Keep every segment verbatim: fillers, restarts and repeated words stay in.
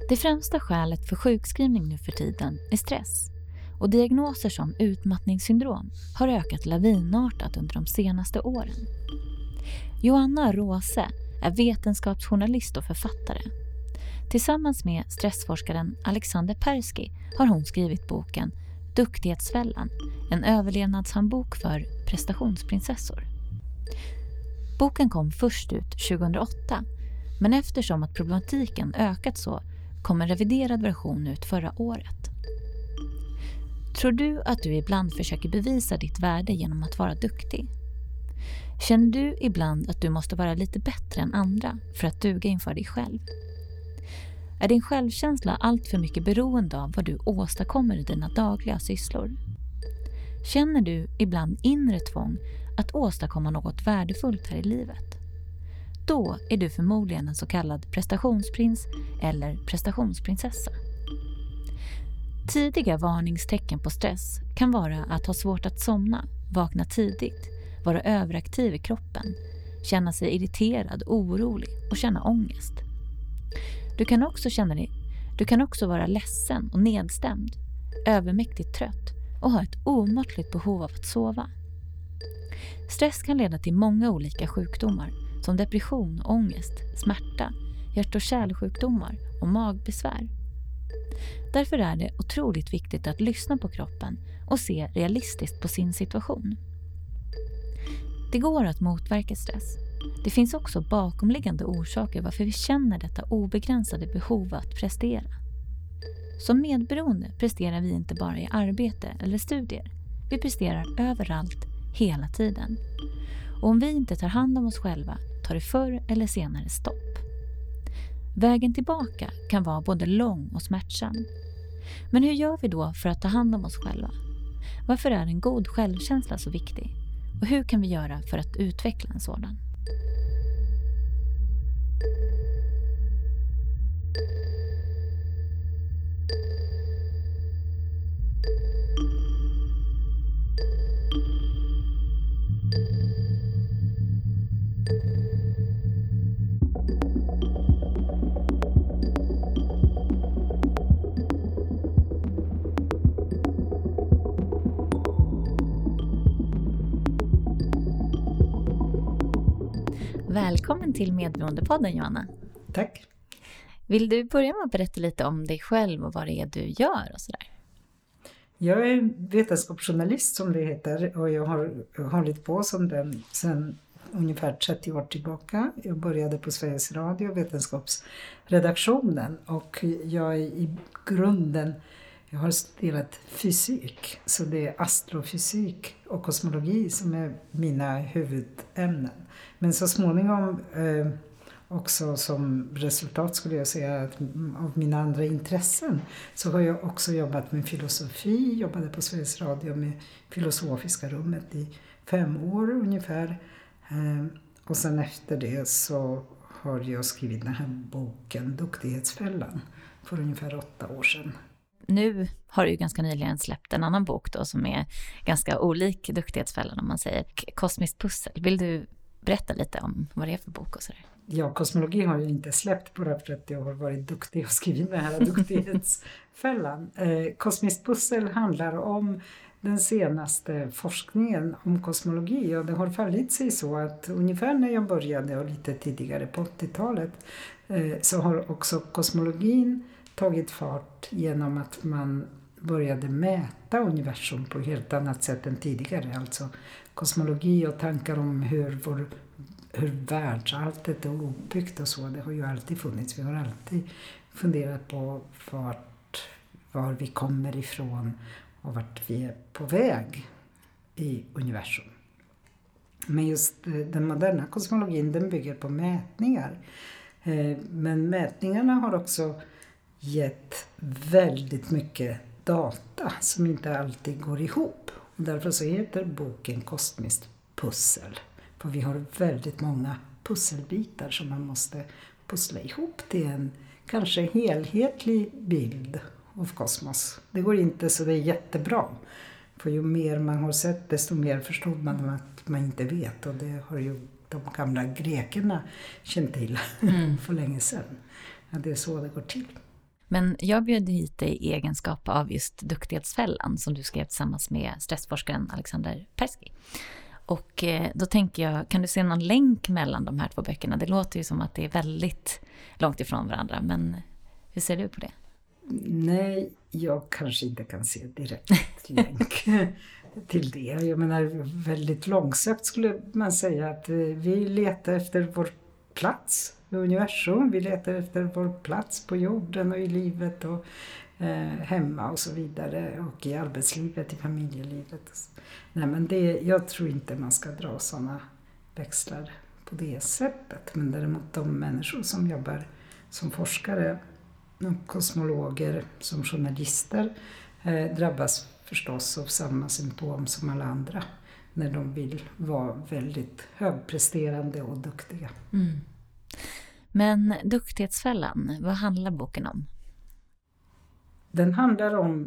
Det främsta skälet för sjukskrivning nu för tiden är stress. Och diagnoser som utmattningssyndrom har ökat lavinartat under de senaste åren. Joanna Råse är vetenskapsjournalist och författare. Tillsammans med stressforskaren Alexander Persky har hon skrivit boken Duktighetsfällan, en överlevnadshandbok för prestationsprinsessor. Boken kom först ut tjugohundraåtta, men eftersom att problematiken ökat så kom en reviderad version ut förra året. Tror du att du ibland försöker bevisa ditt värde genom att vara duktig? Känner du ibland att du måste vara lite bättre än andra för att duga inför dig själv? Är din självkänsla allt för mycket beroende av vad du åstadkommer i dina dagliga sysslor? Känner du ibland inre tvång att åstadkomma något värdefullt här i livet? Då är du förmodligen en så kallad prestationsprins eller prestationsprinsessa. Tidiga varningstecken på stress kan vara att ha svårt att somna, vakna tidigt, vara överaktiv i kroppen, känna sig irriterad, orolig och känna ångest. Du kan också känna dig, du kan också vara ledsen och nedstämd, övermäktigt trött och ha ett omåttligt behov av att sova. Stress kan leda till många olika sjukdomar som depression, ångest, smärta, hjärt- och kärlsjukdomar och magbesvär. Därför är det otroligt viktigt att lyssna på kroppen och se realistiskt på sin situation. Det går att motverka stress. Det finns också bakomliggande orsaker varför vi känner detta obegränsade behov att prestera. Som medberoende presterar vi inte bara i arbete eller studier. Vi presterar överallt, hela tiden. Och om vi inte tar hand om oss själva tar det förr eller senare stopp. Vägen tillbaka kan vara både lång och smärtsam. Men hur gör vi då för att ta hand om oss själva? Varför är en god självkänsla så viktig? Och hur kan vi göra för att utveckla en sådan? Välkommen till Medberoendepodden, Joanna. Tack. Vill du börja med att berätta lite om dig själv och vad det är du gör och sådär? Jag är vetenskapsjournalist som det heter och jag har hållit på som den sedan ungefär trettio år tillbaka. Jag började på Sveriges Radio, vetenskapsredaktionen, och jag är i grunden, jag har studerat fysik, så det är astrofysik och kosmologi som är mina huvudämnen. Men så småningom eh, också som resultat skulle jag säga att av mina andra intressen så har jag också jobbat med filosofi, jobbade på Sveriges Radio med filosofiska rummet i fem år ungefär. Eh, och sen efter det så har jag skrivit den här boken Duktighetsfällan för ungefär åtta år sedan. Nu har du ju ganska nyligen släppt en annan bok då som är ganska olik Duktighetsfällan om man säger. Kosmiskt pussel. Vill du berätta lite om vad det är för bok och sådär? Ja, kosmologi har jag inte släppt bara för att jag har varit duktig och skrivit den här Duktighetsfällan. Eh, Kosmiskt pussel handlar om den senaste forskningen om kosmologi, och det har fallit sig så att ungefär när jag började och lite tidigare på åttiotalet eh, så har också kosmologin tagit fart genom att man började mäta universum på ett helt annat sätt än tidigare. Alltså kosmologi och tankar om hur, vår, hur världsalltet är uppbyggt och så, det har ju alltid funnits. Vi har alltid funderat på vart, var vi kommer ifrån och vart vi är på väg i universum. Men just den moderna kosmologin, den bygger på mätningar. Men mätningarna har också gett väldigt mycket data som inte alltid går ihop. Och därför så heter boken Kosmiskt pussel. För vi har väldigt många pusselbitar som man måste pussla ihop till en kanske helhetlig bild av kosmos. Det går inte så det är jättebra. För ju mer man har sett desto mer förstår man att man inte vet. Och det har ju de gamla grekerna känt till mm. för länge sedan. Ja, det är så det går till. Men jag bjöd hit dig i egenskap av just Duktighetsfällan som du skrev tillsammans med stressforskaren Alexander Persky. Och då tänker jag, kan du se någon länk mellan de här två böckerna? Det låter ju som att det är väldigt långt ifrån varandra, men hur ser du på det? Nej, jag kanske inte kan se direkt länk till det. Jag menar, väldigt långsökt skulle man säga att vi letar efter vår plats i universum. Vi letar efter vår plats på jorden och i livet och eh, hemma och så vidare. Och i arbetslivet, i familjelivet. Nej, men det, jag tror inte man ska dra sådana växlar på det sättet. Men däremot de människor som jobbar som forskare, kosmologer, som journalister eh, drabbas förstås av samma symptom som alla andra när de vill vara väldigt högpresterande och duktiga. Mm. Men Duktighetsfällan, vad handlar boken om? Den handlar om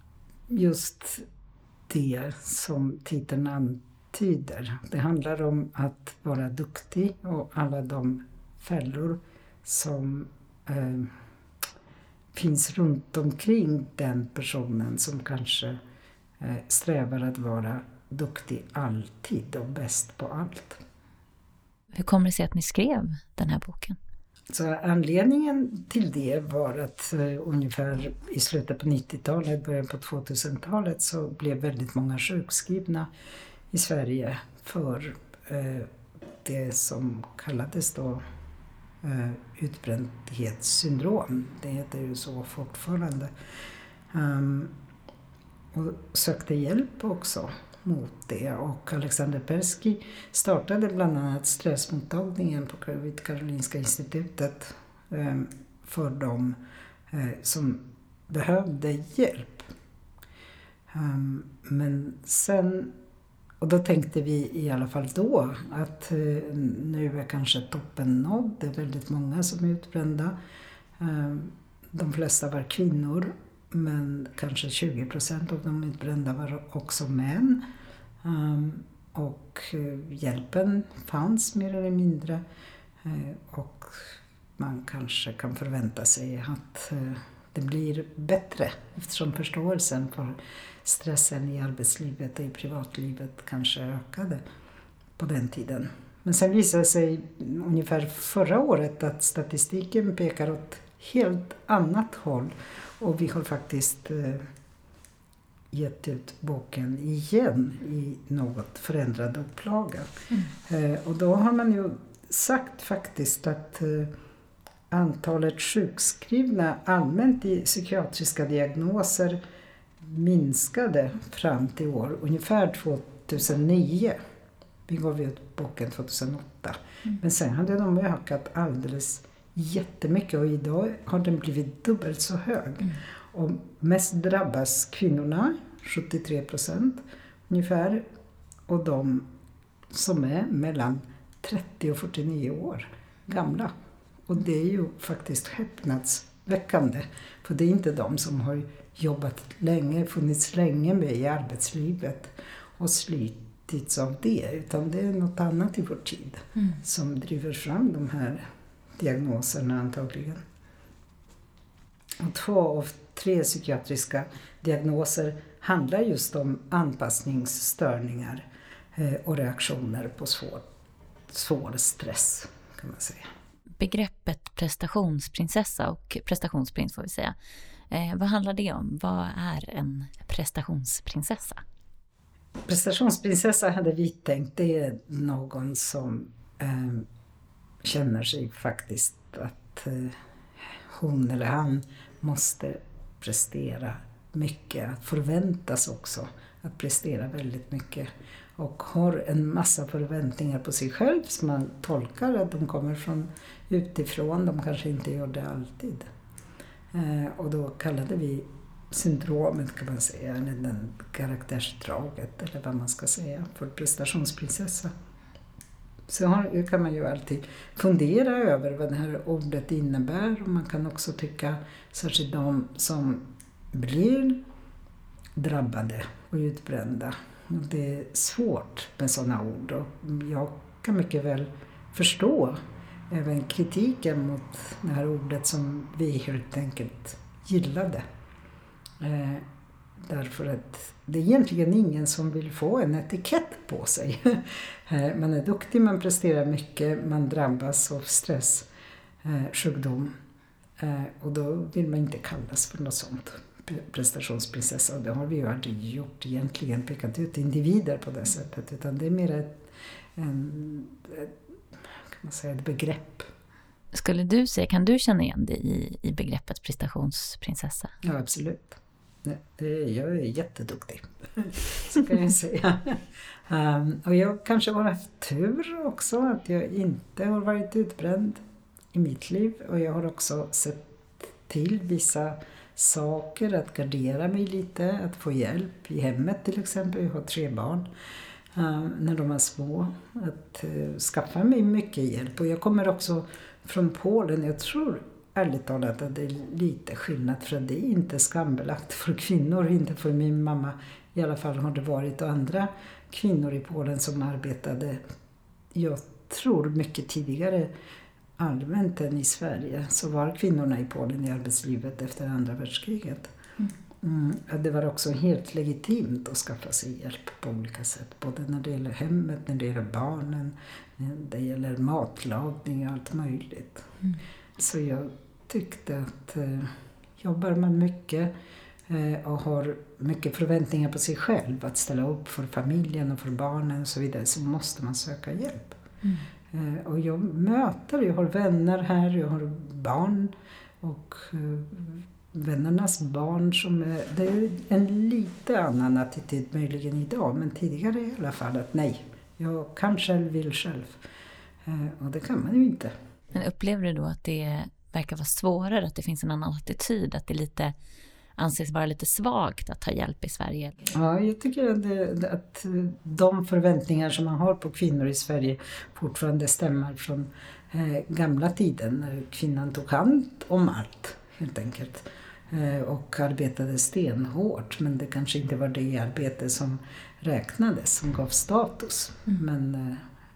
just det som titeln antyder. Det handlar om att vara duktig och alla de fällor som eh, finns runt omkring den personen som kanske eh, strävar att vara duktig alltid och bäst på allt. Hur kommer det sig att ni skrev den här boken? Så anledningen till det var att eh, ungefär i slutet på nittiotalet, början på tvåtusentalet så blev väldigt många sjukskrivna i Sverige för eh, det som kallades då eh, utbrändhetssyndrom. Det heter ju så fortfarande. Um, och sökte hjälp också mot det. Och Alexander Persky startade bland annat stressmottagningen på Karolinska institutet eh, för de eh, som behövde hjälp. Um, men sen, och då tänkte vi i alla fall då att eh, nu är kanske toppen nådd. Det är väldigt många som är utbrända. Um, de flesta var kvinnor. Men kanske tjugo procent av de utbrända var också män. Um, och uh, hjälpen fanns mer eller mindre. Uh, och man kanske kan förvänta sig att uh, det blir bättre. Eftersom förståelsen för stressen i arbetslivet och i privatlivet kanske ökade på den tiden. Men sen visade det sig ungefär förra året att statistiken pekar åt helt annat håll. Och vi har faktiskt eh, gett ut boken igen i något förändrad upplaga. Mm. Eh, och då har man ju sagt faktiskt att eh, antalet sjukskrivna allmänt i psykiatriska diagnoser minskade fram till år ungefär tvåtusen-nio. Vi gav ut boken tvåtusen-åtta. Mm. Men sen hade de ökat alldeles jättemycket och idag har den blivit dubbelt så hög. Mm. Och mest drabbas kvinnorna, sjuttiotre procent ungefär, och de som är mellan trettio och fyrtionio år gamla. Och det är ju faktiskt häpnadsväckande, för det är inte de som har jobbat länge, funnits länge med i arbetslivet och slitits av det, utan det är något annat i vår tid mm. som driver fram de här diagnoserna antagligen. Och två av tre psykiatriska diagnoser handlar just om anpassningsstörningar eh, och reaktioner på svår, svår stress, kan man säga. Begreppet prestationsprinsessa och prestationsprins får vi säga. Eh, vad handlar det om? Vad är en prestationsprinsessa? Prestationsprinsessa hade vi tänkt, det är någon som eh, känner sig faktiskt att eh, hon eller han måste prestera mycket, att förväntas också att prestera väldigt mycket och har en massa förväntningar på sig själv som man tolkar att de kommer från utifrån, de kanske inte gör det alltid. Eh, och då kallade vi syndromet, kan man säga, eller den karaktärsdraget eller vad man ska säga, för prestationsprinsessa. Så har, kan man ju alltid fundera över vad det här ordet innebär, och man kan också tycka, särskilt de som blir drabbade och utbrända. Det är svårt med sådana ord, och jag kan mycket väl förstå även kritiken mot det här ordet som vi helt enkelt gillade. Eh, därför att det är egentligen ingen som vill få en etikett på sig. eh, man är duktig, man presterar mycket, man drabbas av stress, eh, sjukdom. Eh, och då vill man inte kallas för något sånt. Prestationsprinsessa, och det har vi ju aldrig gjort egentligen, pekat ut individer på det sättet, utan det är mer ett, en, ett, kan man säga, ett begrepp. Skulle du säga, kan du känna igen dig i, i begreppet prestationsprinsessa? Ja, absolut. Jag är jätteduktig, så kan jag säga. Um, och jag kanske har haft tur också, att jag inte har varit utbränd i mitt liv, och jag har också sett till vissa saker, att gardera mig lite, att få hjälp i hemmet till exempel. Jag har tre barn uh, när de är små, att uh, skaffa mig mycket hjälp. Och jag kommer också från Polen. Jag tror ärligt talat att det är lite skillnad, för det är inte skambelagt för kvinnor, inte för min mamma. I alla fall har det varit, och andra kvinnor i Polen som arbetade, jag tror mycket tidigare allmänt än i Sverige, så var kvinnorna i Polen i arbetslivet efter andra världskriget. Mm. Mm, det var också helt legitimt att skaffa sig hjälp på olika sätt, både när det gäller hemmet, när det gäller barnen, när det gäller matlagning och allt möjligt. Mm. Så jag tyckte att eh, jobbar man mycket eh, och har mycket förväntningar på sig själv, att ställa upp för familjen och för barnen och så vidare, så måste man söka hjälp. Mm. Eh, och jag möter, jag har vänner här, jag har barn och eh, vännernas barn som är, det är en lite annan attityd möjligen idag, men tidigare i alla fall, att nej, jag kan själv, vill själv. Eh, och det kan man ju inte. Men upplever du då att det verkar vara svårare, att det finns en annan attityd, att det lite anses vara lite svagt att ta hjälp i Sverige? Ja, jag tycker att, det, att de förväntningar som man har på kvinnor i Sverige fortfarande stämmer från eh, gamla tiden, när kvinnan tog hand om allt helt enkelt eh, och arbetade stenhårt, men det kanske inte var det arbete som räknades, som gav status. Mm. Men eh,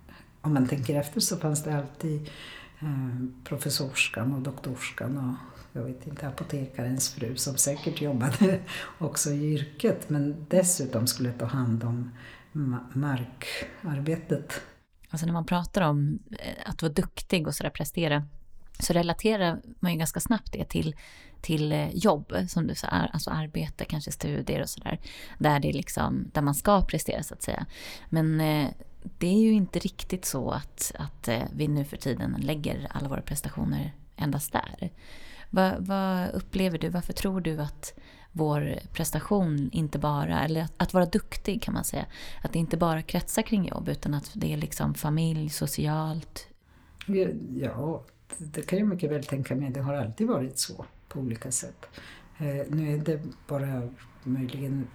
om man tänker efter så fanns det alltid eh, professorskan och doktorskan och jag vet inte, apotekarens fru som säkert jobbade också i yrket, men dessutom skulle ta hand om ma- markarbetet. Alltså när man pratar om att vara duktig och sådär prestera, så relaterar man ju ganska snabbt det till, till jobb, som du sa, alltså arbete, kanske studier och sådär, där det är liksom, där man ska prestera så att säga. Men eh, det är ju inte riktigt så att, att vi nu för tiden lägger alla våra prestationer endast där. Vad, vad upplever du? Varför tror du att vår prestation inte bara, eller att, att vara duktig kan man säga, att det inte bara kretsar kring jobb, utan att det är liksom familj, socialt? Ja, ja det kan jag mycket väl tänka mig. Det har alltid varit så på olika sätt. Eh, nu är det bara möjligen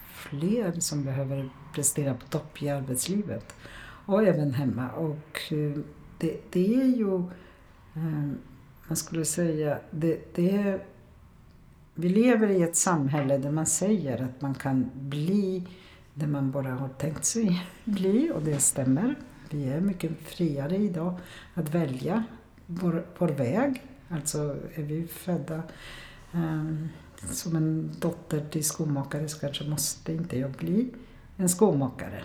fler som behöver prestera på topp i arbetslivet och även hemma. Och eh, det, det är ju... Eh, Man skulle säga, det, det är, vi lever i ett samhälle där man säger att man kan bli det man bara har tänkt sig bli, och det stämmer. Vi är mycket friare idag att välja vår, vår väg. Alltså är vi födda um, som en dotter till skomakare, så kanske måste inte jag bli en skomakare.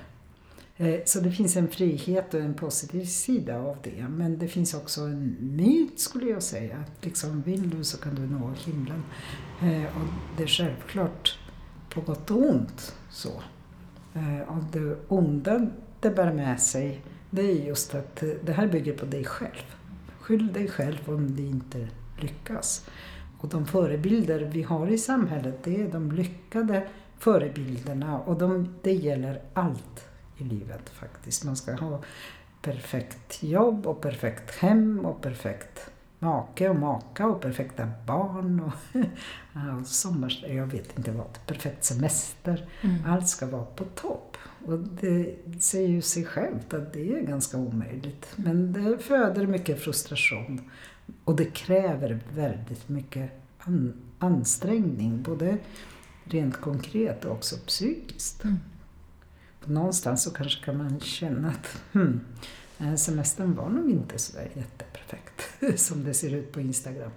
Så det finns en frihet och en positiv sida av det. Men det finns också en myt, skulle jag säga. Att liksom, vill du så kan du nå himlen. Och det är självklart på gott och ont så. Och det onda det bär med sig, det är just att det här bygger på dig själv. Skyll dig själv om det inte lyckas. Och de förebilder vi har i samhället, det är de lyckade förebilderna. Och de, det gäller allt i livet faktiskt. Man ska ha perfekt jobb och perfekt hem och perfekt make och maka och perfekta barn och, och sommar, jag vet inte vad, perfekt semester. Mm. Allt ska vara på topp. Och det säger ju sig självt att det är ganska omöjligt. Men det föder mycket frustration och det kräver väldigt mycket an- ansträngning, både rent konkret och också psykiskt. Mm. Någonstans så kanske kan man känna att hmm, semestern var nog inte så där jätteperfekt som det ser ut på Instagram.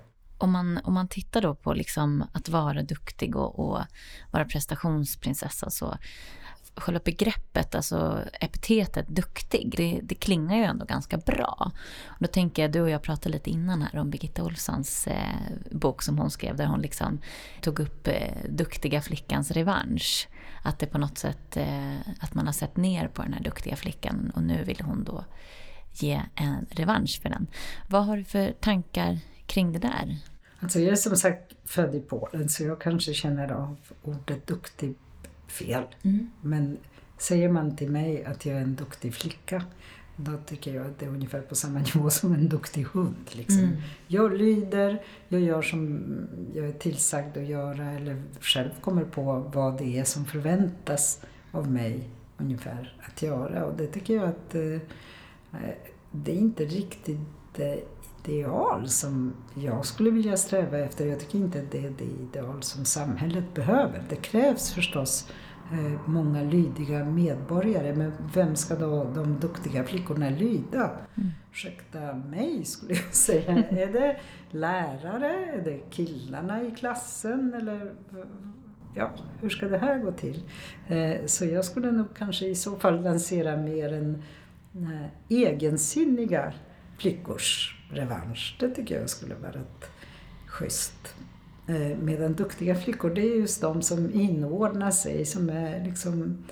Om man, om man tittar då på liksom att vara duktig och, och vara prestationsprinsessa, så själva begreppet, alltså epitetet duktig, det, det klingar ju ändå ganska bra. Och då tänker jag, du och jag pratade lite innan här om Birgitta Olssons eh, bok som hon skrev, där hon liksom tog upp eh, duktiga flickans revansch. Att det på något sätt, eh, att man har sett ner på den här duktiga flickan och nu vill hon då ge en revansch för den. Vad har du för tankar kring det där? Alltså jag är som sagt född i Polen, så jag kanske känner av ordet duktig fel. Mm. Men säger man till mig att jag är en duktig flicka, då tycker jag att det är ungefär på samma nivå som en duktig hund. Liksom. Mm. Jag lyder, jag gör som jag är tillsagd att göra, eller själv kommer på vad det är som förväntas av mig ungefär att göra. Och det tycker jag att eh, det är inte riktigt det ideal som jag skulle vilja sträva efter. Jag tycker inte att det är det ideal som samhället behöver. Det krävs förstås eh, många lydiga medborgare, men vem ska då de duktiga flickorna lyda? Mm. Ursäkta mig, skulle jag säga. Är det lärare? Är det killarna i klassen? Eller ja, hur ska det här gå till? Eh, så jag skulle nog kanske i så fall lansera mer en eh, egensinniga flickors revansch. Det tycker jag skulle vara ett schysst. Eh, medan duktiga flickor, det är just de som inordnar sig, som är liksom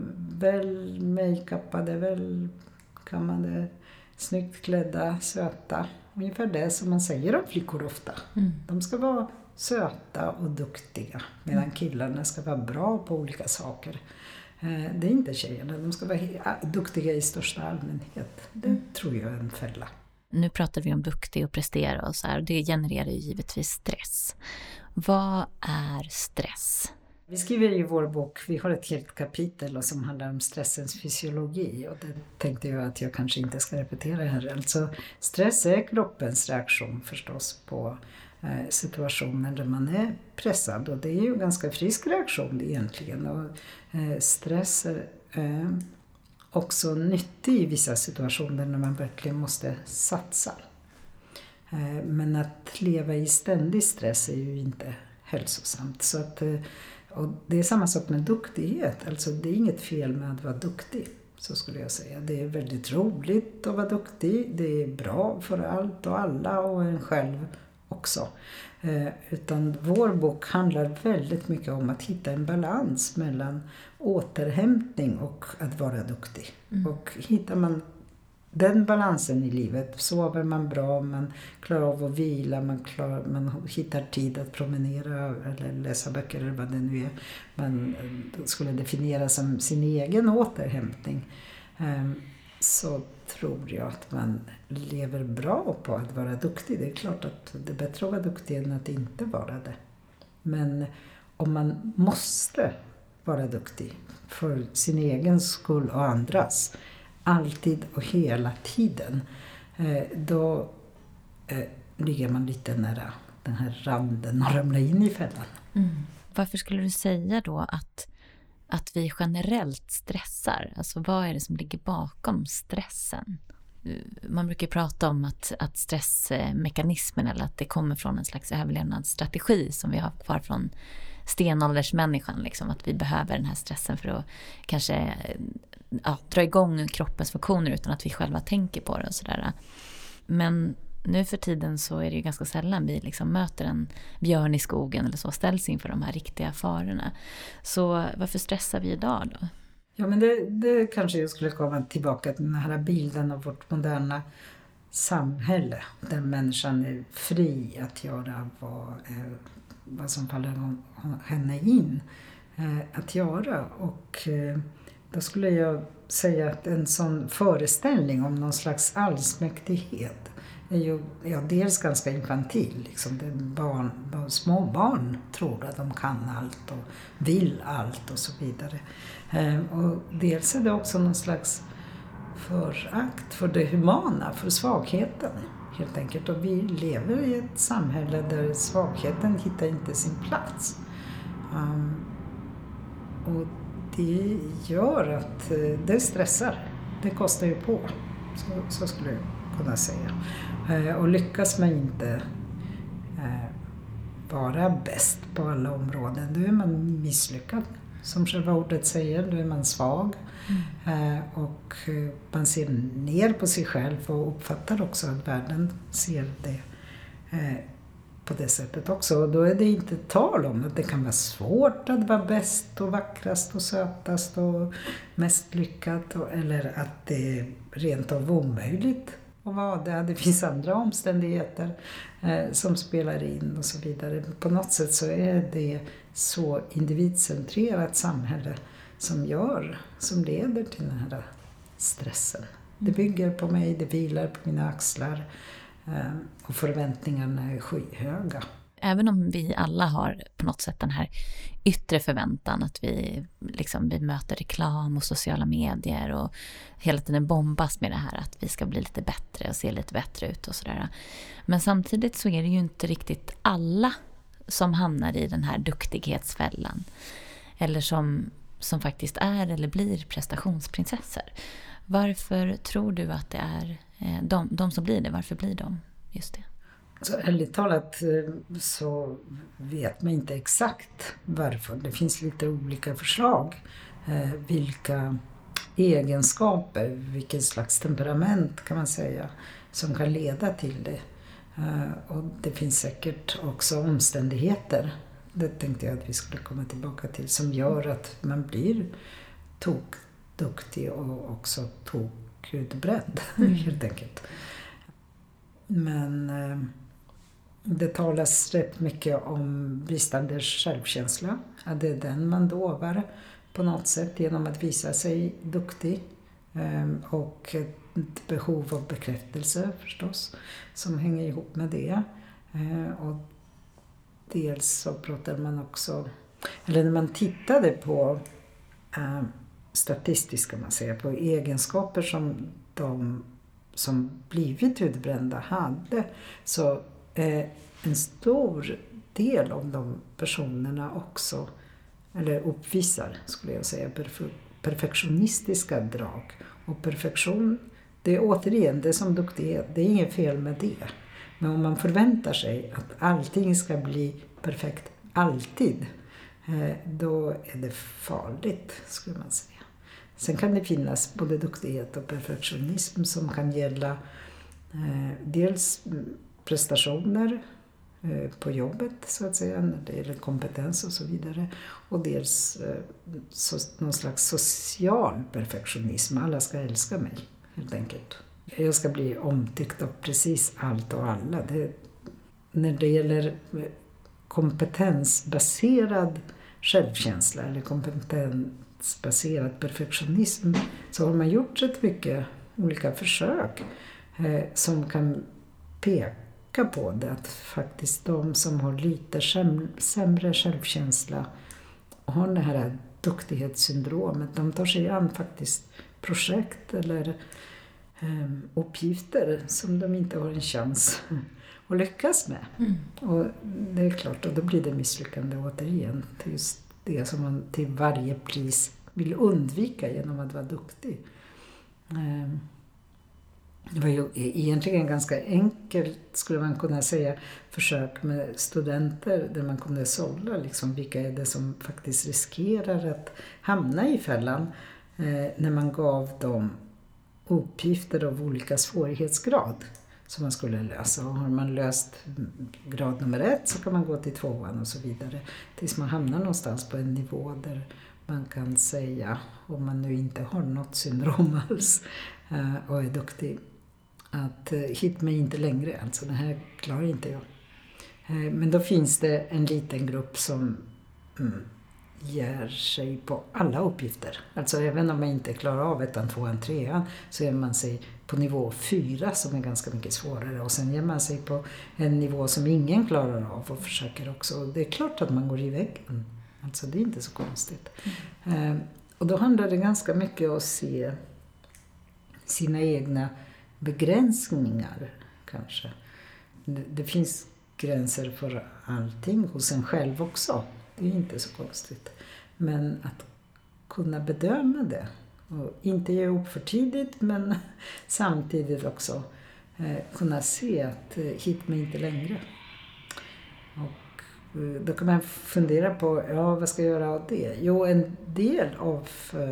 väl make-upade, väl kammade, snyggt klädda, söta. Ungefär det som man säger om flickor ofta. Mm. De ska vara söta och duktiga, medan killarna ska vara bra på olika saker. Eh, det är inte tjejerna, de ska vara he- duktiga i största allmänhet. Det mm. tror jag är en fälla. Nu pratar vi om duktig och prestera och så här. Det genererar ju givetvis stress. Vad är stress? Vi skriver i vår bok, vi har ett helt kapitel som handlar om stressens fysiologi. Och det tänkte jag att jag kanske inte ska repetera här. Alltså, stress är kroppens reaktion förstås på eh, situationer där man är pressad. Och det är ju en ganska frisk reaktion egentligen. Och, eh, stress är eh, också nyttig i vissa situationer när man verkligen måste satsa. Eh, men att leva i ständig stress är ju inte hälsosamt. Så att, eh, och det är samma sak med duktighet. Alltså det är inget fel med att vara duktig, så skulle jag säga. Det är väldigt roligt att vara duktig. Det är bra för allt och alla och en själv också. Eh, utan vår bok handlar väldigt mycket om att hitta en balans mellan återhämtning och att vara duktig. Mm. Och hittar man den balansen i livet, sover man bra, man klarar av att vila, man, klarar, man hittar tid att promenera eller läsa böcker eller vad det nu är. Man skulle definiera som sin egen återhämtning. Så tror jag att man lever bra på att vara duktig. Det är klart att det är bättre att vara duktig än att inte vara det. Men om man måste vara duktig för sin egen skull och andras, alltid och hela tiden, då ligger man lite nära den här randen och ramlar in i fällan. Mm. Varför skulle du säga då att, att vi generellt stressar? Alltså vad är det som ligger bakom stressen? Man brukar prata om att, att stressmekanismen, eller att det kommer från en slags överlevnadsstrategi som vi har kvar från stenåldersmänniskan. Liksom, att vi behöver den här stressen för att kanske ja, dra igång kroppens funktioner utan att vi själva tänker på det och sådär. Men nu för tiden så är det ju ganska sällan vi liksom möter en björn i skogen eller så, ställs inför de här riktiga farorna. Så varför stressar vi idag då? Ja, men det, det kanske jag skulle komma tillbaka till den här bilden av vårt moderna samhälle, där människan är fri att göra vad, eh, vad som faller henne in eh, att göra. Och eh, då skulle jag säga att en sån föreställning om någon slags allsmäktighet är ju ja, dels ganska infantil. Liksom. Det är barn, små barn tror att de kan allt och vill allt och så vidare. Eh, och dels är det också någon slags förakt för det humana, för svagheten helt enkelt. Och vi lever i ett samhälle där svagheten hittar inte sin plats. Um, och det gör att eh, det stressar. Det kostar ju på, så, så skulle jag kunna säga. Eh, och lyckas man inte eh, vara bäst på alla områden. Då är man misslyckad. Som själva ordet säger, då är man svag. Mm. Eh, och man ser ner på sig själv och uppfattar också att världen ser det eh, på det sättet också. Och då är det inte tal om att det kan vara svårt att vara bäst och vackrast och sötast och mest lyckad. Och, eller att det är rent av omöjligt att vara det. Det finns andra omständigheter eh, som spelar in och så vidare. På något sätt så är det så individcentrerat samhälle som gör, som leder till den här stressen. Det bygger på mig, det vilar på mina axlar. Och förväntningarna är skyhöga. Även om vi alla har på något sätt den här yttre förväntan att vi, liksom, vi möter reklam och sociala medier och hela tiden bombas med det här att vi ska bli lite bättre och se lite bättre ut och sådär. Men samtidigt så är det ju inte riktigt alla som hamnar i den här duktighetsfällan eller som, som faktiskt är eller blir prestationsprinsessor. Varför tror du att det är de, de som blir det? Varför blir de just det? Så ärligt talat så vet man inte exakt varför. Det finns lite olika förslag. Eh, vilka egenskaper, vilken slags temperament kan man säga som kan leda till det. Eh, och det finns säkert också omständigheter, det tänkte jag att vi skulle komma tillbaka till, som gör att man blir tokduktig och också tokutbränd mm. helt enkelt. Men eh, det talas rätt mycket om bristande självkänsla. Att det är den man dovar på något sätt genom att visa sig duktig. Eh, och ett behov av bekräftelse förstås som hänger ihop med det. Eh, och dels så pratar man också, eller när man tittade på eh, statistiska man säger, på egenskaper som de som blivit utbrända hade, så eh, en stor del av de personerna också, eller uppvisar skulle jag säga, perf- perfektionistiska drag. Och perfektion, det är återigen, det är som duktighet, det är inget fel med det. Men om man förväntar sig att allting ska bli perfekt alltid, eh, då är det farligt skulle man säga. Sen kan det finnas både duktighet och perfektionism som kan gälla eh, dels prestationer eh, på jobbet så att säga, när det gäller kompetens och så vidare. Och dels eh, så, någon slags social perfektionism. Alla ska älska mig helt enkelt. Jag ska bli omtyckt av precis allt och alla. Det, när det gäller kompetensbaserad självkänsla eller kompetensbaserad perfektionism så har man gjort rätt mycket olika försök eh, som kan peka på det, att faktiskt de som har lite sämre självkänsla och har det här duktighetssyndromet, de tar sig an faktiskt projekt eller eh, uppgifter som de inte har en chans att lyckas med. Mm. Och det är klart, och då blir det misslyckande återigen till just det som man till varje pris vill undvika genom att vara duktig. Det var ju egentligen ganska enkelt, skulle man kunna säga, försök med studenter där man kunde sålla liksom vilka är det som faktiskt riskerar att hamna i fällan när man gav dem uppgifter av olika svårighetsgrad som man skulle lösa. Och har man löst grad nummer ett så kan man gå till tvåan och så vidare. Tills man hamnar någonstans på en nivå där man kan säga, om man nu inte har något syndrom alls och är duktig, att hit mig inte längre, alltså det här klarar inte jag. Men då finns det en liten grupp som mm, ger sig på alla uppgifter. Alltså även om man inte klarar av ettan, tvåan, trean så är man sig på nivå fyra som är ganska mycket svårare. Och sen ger man sig på en nivå som ingen klarar av och försöker också. Det är klart att man går i väggen. Alltså det är inte så konstigt. Mm. Och då handlar det ganska mycket om att se sina egna begränsningar kanske. Det, det finns gränser för allting hos en själv också. Det är inte så konstigt. Men att kunna bedöma det och inte ge upp för tidigt, men samtidigt också eh, kunna se att eh, hit mig inte längre. Och då kan man fundera på, ja, vad ska jag göra av det? Jo, en del av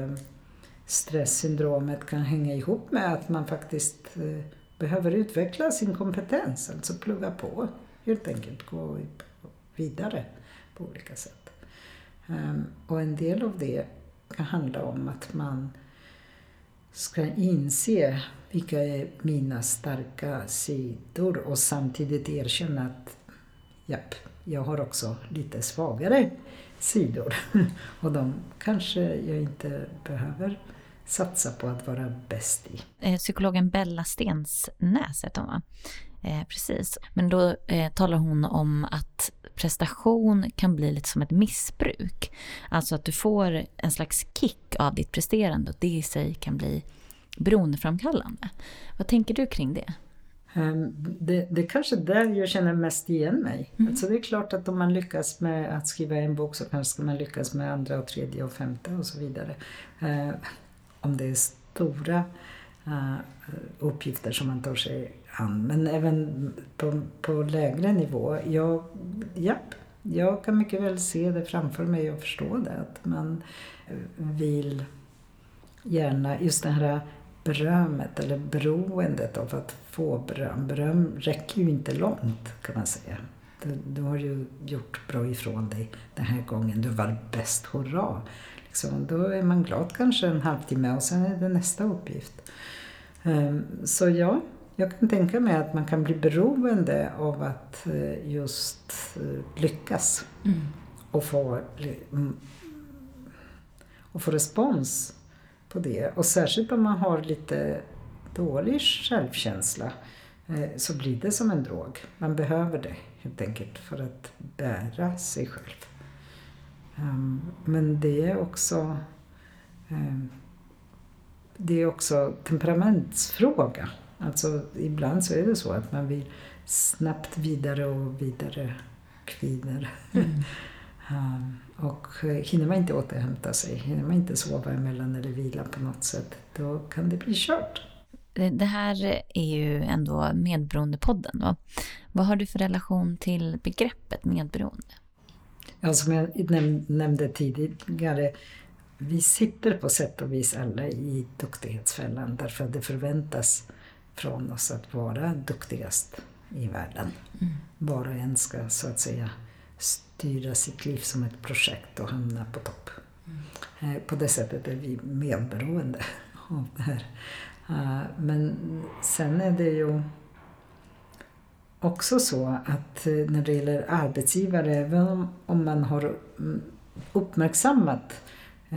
stresssyndromet kan hänga ihop med att man faktiskt behöver utveckla sin kompetens, alltså plugga på, helt enkelt gå vidare på olika sätt. Och en del av det kan handla om att man ska inse vilka är mina starka sidor och samtidigt erkänna att japp, jag har också lite svagare sidor och de kanske jag inte behöver satsa på att vara bäst i. Psykologen Bella Stensnäs heter hon, va? Eh, precis. Men då eh, talar hon om att prestation kan bli lite som ett missbruk. Alltså att du får en slags kick av ditt presterande och det i sig kan bli beroendeframkallande. Vad tänker du kring det? Um, det, det är kanske där jag känner mest igen mig. Mm. Alltså det är klart att om man lyckas med att skriva en bok så kanske man lyckas med andra och tredje och femte och så vidare. Uh, om det är stora uh, uppgifter som man tar sig an. Men även på, på lägre nivå. Jag, japp, jag kan mycket väl se det framför mig och förstå det. Att man vill gärna just det här berömmet eller beroendet av att få beröm. Beröm räcker ju inte långt, kan man säga. Du, du har ju gjort bra ifrån dig den här gången. Du var bäst, hurra. Liksom, då är man glad kanske en halvtimme och sen är det nästa uppgift. Um, så ja, jag kan tänka mig att man kan bli beroende av att uh, just uh, lyckas mm. och få, um, och få respons på det. Och särskilt om man har lite dålig självkänsla eh, så blir det som en drog. Man behöver det helt enkelt för att bära sig själv. Um, men det är också um, det är också temperamentsfråga. Alltså ibland så är det så att man vill snabbt vidare och vidare kvidare. Mm. um, och hinner man inte återhämta sig, hinner man inte sova emellan eller vila på något sätt, då kan det bli kört. Det här är ju ändå Medberoendepodden, va? Vad har du för relation till begreppet medberoende? Ja, som jag nämnde tidigare, vi sitter på sätt och vis alla i duktighetsfällan därför att det förväntas från oss att vara duktigast i världen. Mm. Var och en ska så att säga styra sitt liv som ett projekt och hamna på topp. Mm. På det sättet är vi medberoende av det här. Men sen är det ju också så att när det gäller arbetsgivare, även om man har uppmärksammat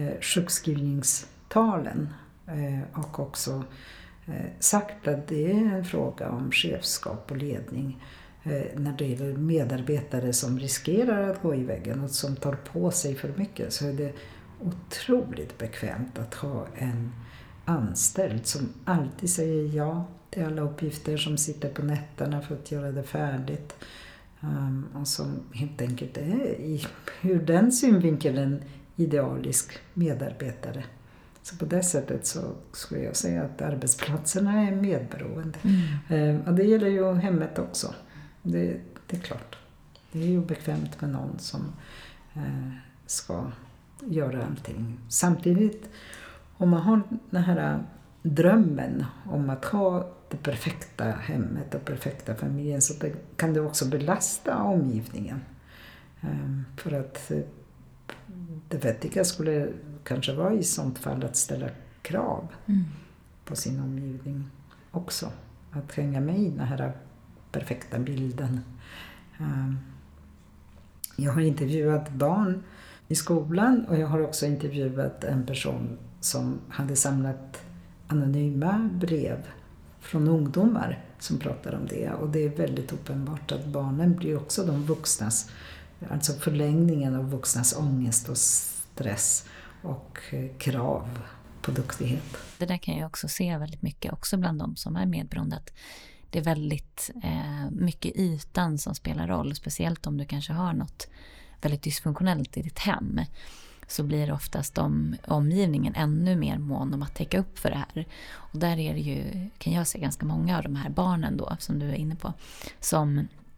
sjukskrivningstalen och också sagt att det är en fråga om chefskap och ledning när det gäller medarbetare som riskerar att gå i väggen och som tar på sig för mycket, så är det otroligt bekvämt att ha en anställd som alltid säger ja till alla uppgifter, som sitter på nätterna för att göra det färdigt um, och som helt enkelt är i, ur den synvinkeln en idealisk medarbetare. Så på det sättet så skulle jag säga att arbetsplatserna är medberoende. Mm. Um, och det gäller ju hemmet också. Det, det är klart. Det är ju bekvämt med någon som uh, ska göra allting. Samtidigt, om man har den här drömmen om att ha det perfekta hemmet och perfekta familjen, så det, kan det också belasta omgivningen. Um, för att uh, det vettiga skulle kanske vara i sånt fall att ställa krav mm. på sin omgivning också. Att hänga med i den här perfekta bilden. Um, jag har intervjuat barn i skolan och jag har också intervjuat en person som hade samlat anonyma brev från ungdomar som pratar om det. Och det är väldigt uppenbart att barnen blir också de vuxnas, alltså förlängningen av vuxnas ångest och stress och krav på duktighet. Det där kan jag också se väldigt mycket också bland de som är medberoende, att det är väldigt eh, mycket ytan som spelar roll, speciellt om du kanske har något väldigt dysfunktionellt i ditt hem, så blir oftast om, omgivningen ännu mer mån om att täcka upp för det här. Och där är det ju, kan jag se, ganska många av de här barnen då, som du är inne på, som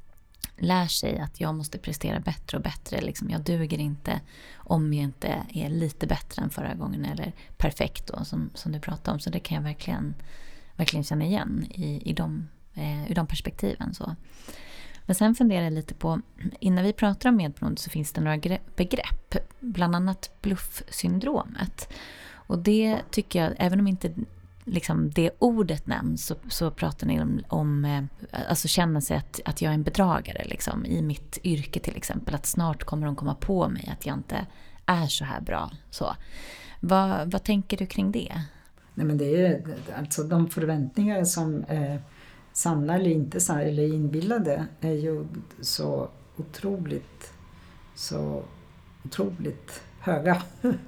lär sig att jag måste prestera bättre och bättre. Liksom, jag duger inte om jag inte är lite bättre än förra gången eller perfekt då, som, som du pratade om. Så det kan jag verkligen, verkligen känna igen i, i de, eh, ur de perspektiven. Så. Men sen funderar jag lite på, innan vi pratar om medberoende så finns det några begrepp, bland annat bluffsyndromet. Och det tycker jag, även om inte liksom det ordet nämns, så, så pratar ni om, om alltså känna sig att, att jag är en bedragare liksom, i mitt yrke till exempel. Att snart kommer de komma på mig att jag inte är så här bra. Så. Vad, vad tänker du kring det? Nej, men det är alltså de förväntningar som är sanna eller inte sanna eller inbillade är ju så otroligt så otroligt höga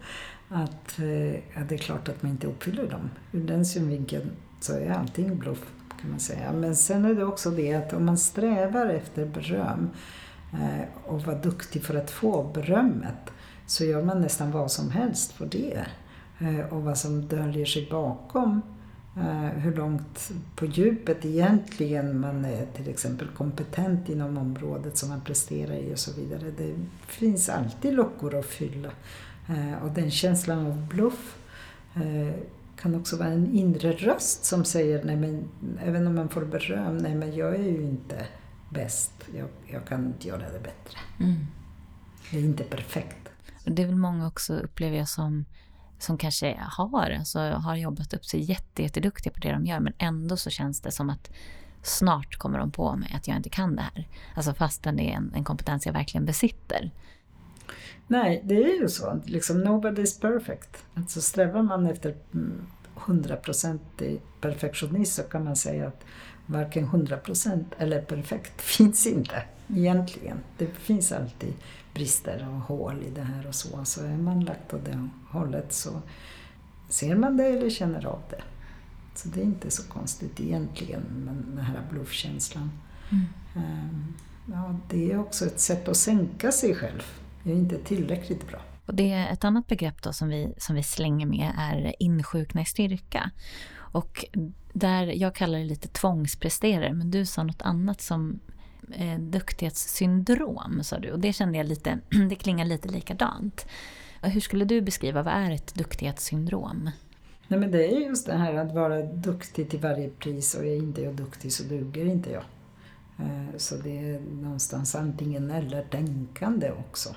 att ja, det är klart att man inte uppfyller dem. Ur den synvinkeln så är allting bluff, kan man säga. Men sen är det också det att om man strävar efter beröm eh, och var duktig för att få berömmet, så gör man nästan vad som helst för det. Eh, och vad som döljer sig bakom, eh, hur långt på djupet egentligen man är till exempel kompetent inom området som man presterar i och så vidare. Det finns alltid luckor att fylla. Och den känslan av bluff eh, kan också vara en inre röst som säger, nej men även om man får beröm, nej men jag är ju inte bäst, jag, jag kan göra det bättre. Mm. Det är inte perfekt. Det är väl många också, upplever jag, som, som kanske har, alltså, har jobbat upp sig jätte, jätteduktiga på det de gör, men ändå så känns det som att snart kommer de på mig att jag inte kan det här. Alltså fastän det är en, en kompetens jag verkligen besitter. Nej, det är ju så. Liksom, nobody is perfect. Alltså strävar man efter hundra procent i perfektionism så kan man säga att varken hundra procent eller perfekt finns inte egentligen. Det finns alltid brister och hål i det här och så. Så är man lagt åt det hållet så ser man det eller känner av det. Så det är inte så konstigt egentligen med den här bluffkänslan. Mm. Ja, det är också ett sätt att sänka sig själv. Jag är inte tillräckligt bra. Och det är ett annat begrepp då som vi, som vi slänger med är insjukna i styrka. Och där jag kallar det lite tvångspresterare, men du sa något annat som eh, duktighetssyndrom, sa du. Och det kände jag lite, det klingar lite likadant. Hur skulle du beskriva, vad är ett duktighetssyndrom? Nej, men det är just det här att vara duktig till varje pris, och är inte jag duktig så duger inte jag. Så det är någonstans antingen eller tänkande också.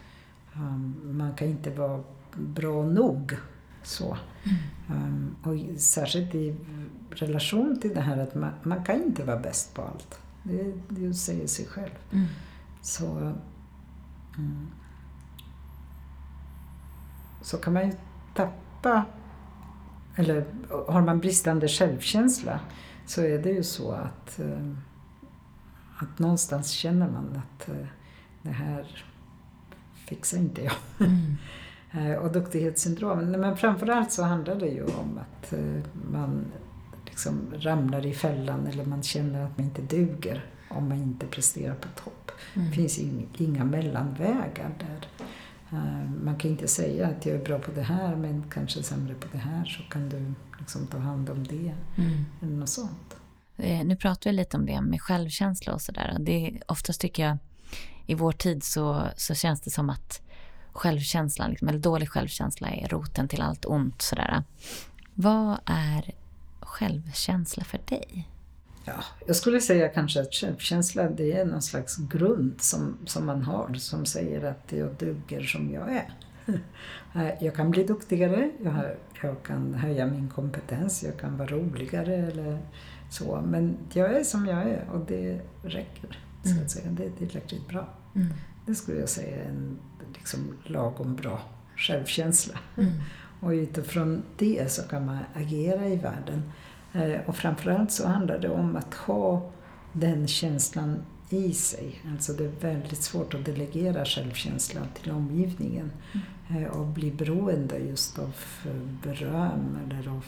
Man kan inte vara bra nog. Så. Mm. Och särskilt i relation till det här att man, man kan inte vara bäst på allt. Det, det säger sig själv. Mm. Så, mm. så kan man ju tappa, eller har man bristande självkänsla så är det ju så att att någonstans känner man att det här fixar inte jag. Mm. Och duktighetssyndrom, men framförallt så handlar det ju om att man liksom ramlar i fällan eller man känner att man inte duger om man inte presterar på topp. Mm. Det finns inga mellanvägar där. Man kan inte säga att jag är bra på det här men kanske sämre på det här, så kan du liksom ta hand om det. Mm. Eller något sånt. Nu pratar vi lite om det med självkänsla och sådär. Det oftast tycker jag i vår tid så, så känns det som att självkänslan, liksom, eller dålig självkänsla är roten till allt ont. Sådär. Vad är självkänsla för dig? Ja, jag skulle säga kanske att självkänsla, det är någon slags grund som, som man har som säger att jag duger som jag är. Jag kan bli duktigare, jag, jag kan höja min kompetens, jag kan vara roligare eller så, men jag är som jag är och det räcker, så att säga. Det är tillräckligt bra. Mm. Det skulle jag säga är en liksom lagom bra självkänsla. Mm. Och utifrån det så kan man agera i världen. Och framförallt så handlar det om att ha den känslan i sig. Alltså det är väldigt svårt att delegera självkänslan till omgivningen. Mm. Och bli beroende just av beröm eller av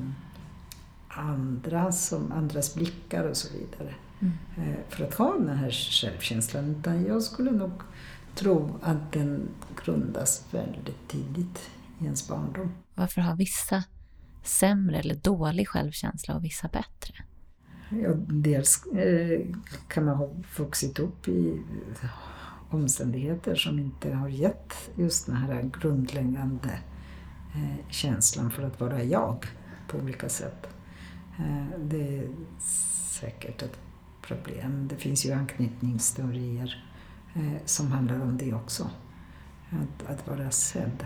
andra som, andras blickar och så vidare. Mm. För att ha den här självkänslan. Utan jag skulle nog tro att den grundas väldigt tidigt i ens barndom. Varför har vissa sämre eller dålig självkänsla och vissa bättre? Ja, dels eh, kan man ha vuxit upp i omständigheter som inte har gett just den här grundläggande eh, känslan för att vara jag på olika sätt. Eh, det är säkert ett problem. Det finns ju anknytningsteorier eh, som handlar om det också. Att, att vara sedd.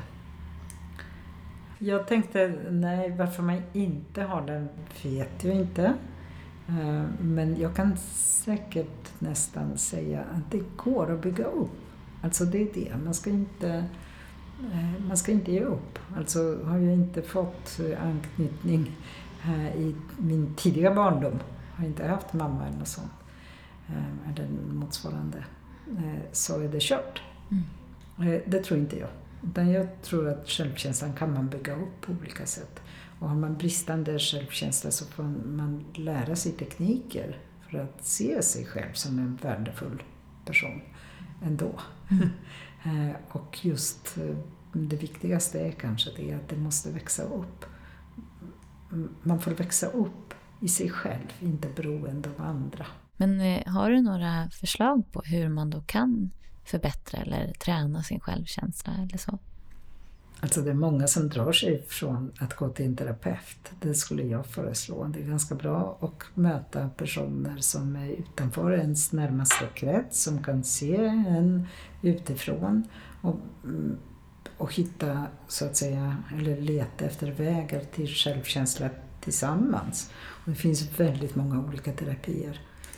Jag tänkte, nej, varför man inte har den vet jag inte. Men jag kan säkert nästan säga att det går att bygga upp. Alltså det är det. Man ska inte, man ska inte ge upp. Alltså har jag inte fått anknytning i min tidiga barndom. Har inte haft mamma eller något sånt. Eller motsvarande. Så är det kört. Mm. Det tror inte jag. Utan jag tror att självkänslan kan man bygga upp på olika sätt. Och har man bristande självkänsla så får man lära sig tekniker för att se sig själv som en värdefull person ändå. Mm. Och just det viktigaste är kanske det att det måste växa upp. Man får växa upp i sig själv, inte beroende av andra. Men har du några förslag på hur man då kan förbättra eller träna sin självkänsla eller så? Alltså det är många som drar sig från att gå till en terapeut. Det skulle jag föreslå. Det är ganska bra att möta personer som är utanför ens närmaste krets, som kan se en utifrån och, och hitta, så att säga, eller leta efter vägar till självkänsla tillsammans. Och det finns väldigt många olika terapier.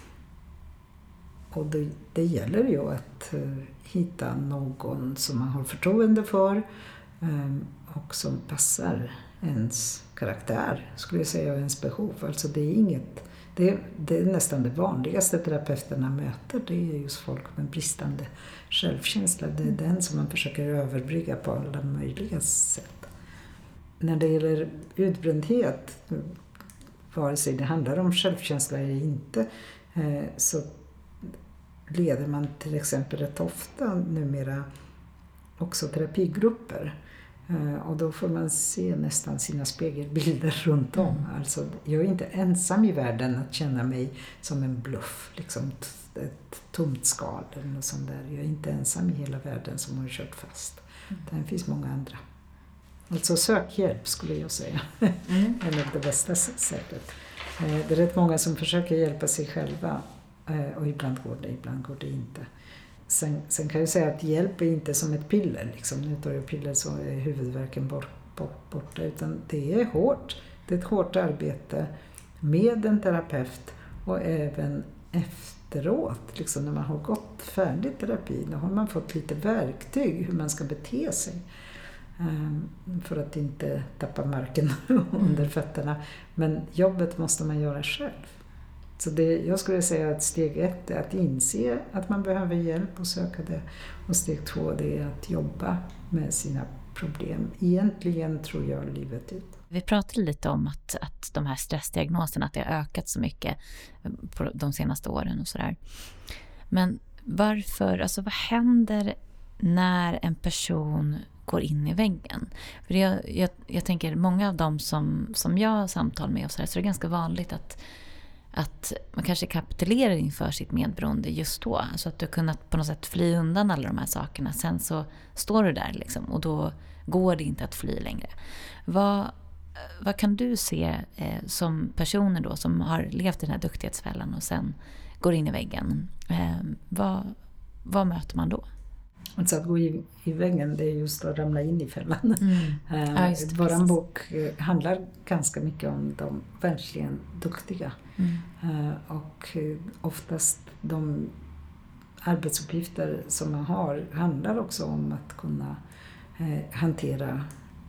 Och det, det gäller ju att uh, hitta någon som man har förtroende för um, och som passar ens karaktär, skulle jag säga, och ens behov. Alltså det är inget, det, det är nästan det vanligaste terapeuterna möter, det är just folk med bristande självkänsla. Det är den som man försöker överbrygga på alla möjliga sätt. När det gäller utbrändhet, vare sig det handlar om självkänsla eller inte, uh, så leder man till exempel rätt ofta numera också terapigrupper. Och då får man se nästan sina spegelbilder runt om. Mm. Alltså, jag är inte ensam i världen att känna mig som en bluff, liksom ett tomt skal eller något sånt där. Jag är inte ensam i hela världen som har kört fast. Mm. Det finns många andra. Alltså sök hjälp, skulle jag säga. Mm. Eller det bästa sättet. Det är rätt många som försöker hjälpa sig själva. Och ibland går det, ibland går det inte. Sen, sen kan jag säga att hjälp är inte som ett piller. Liksom. Nu tar jag piller så är huvudvärken bort, bort, borta. Utan det är hårt. Det är ett hårt arbete med en terapeut. Och även efteråt, liksom, när man har gått färdig terapi. Då har man fått lite verktyg hur man ska bete sig. Um, för att inte tappa marken under fötterna. Men jobbet måste man göra själv. Så det, jag skulle säga att steg ett är att inse att man behöver hjälp och söka det. Och steg två det är att jobba med sina problem. Egentligen tror jag livet ut. Vi pratade lite om att, att de här stressdiagnoserna, att det har ökat så mycket på de senaste åren och sådär. Men varför, alltså vad händer när en person går in i väggen? För jag, jag, jag tänker, många av dem som, som jag har samtal med och så, där, så är det ganska vanligt att att man kanske kapitulerar inför sitt medberoende just då. Alltså att du har kunnat på något sätt fly undan alla de här sakerna. Sen så står du där liksom, och då går det inte att fly längre. Vad, vad kan du se eh, som personer då som har levt i den här duktighetsfällan och sen går in i väggen? Eh, vad, vad möter man då? Alltså att gå i, i väggen, det är just att ramla in i fällan. Mm. Ja, just det, våran bok handlar ganska mycket om de verkligen duktiga. Mm. Och oftast de arbetsuppgifter som man har handlar också om att kunna hantera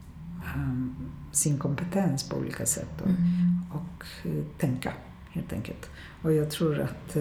sin kompetens på olika sätt och, mm. och tänka helt enkelt. Och jag tror att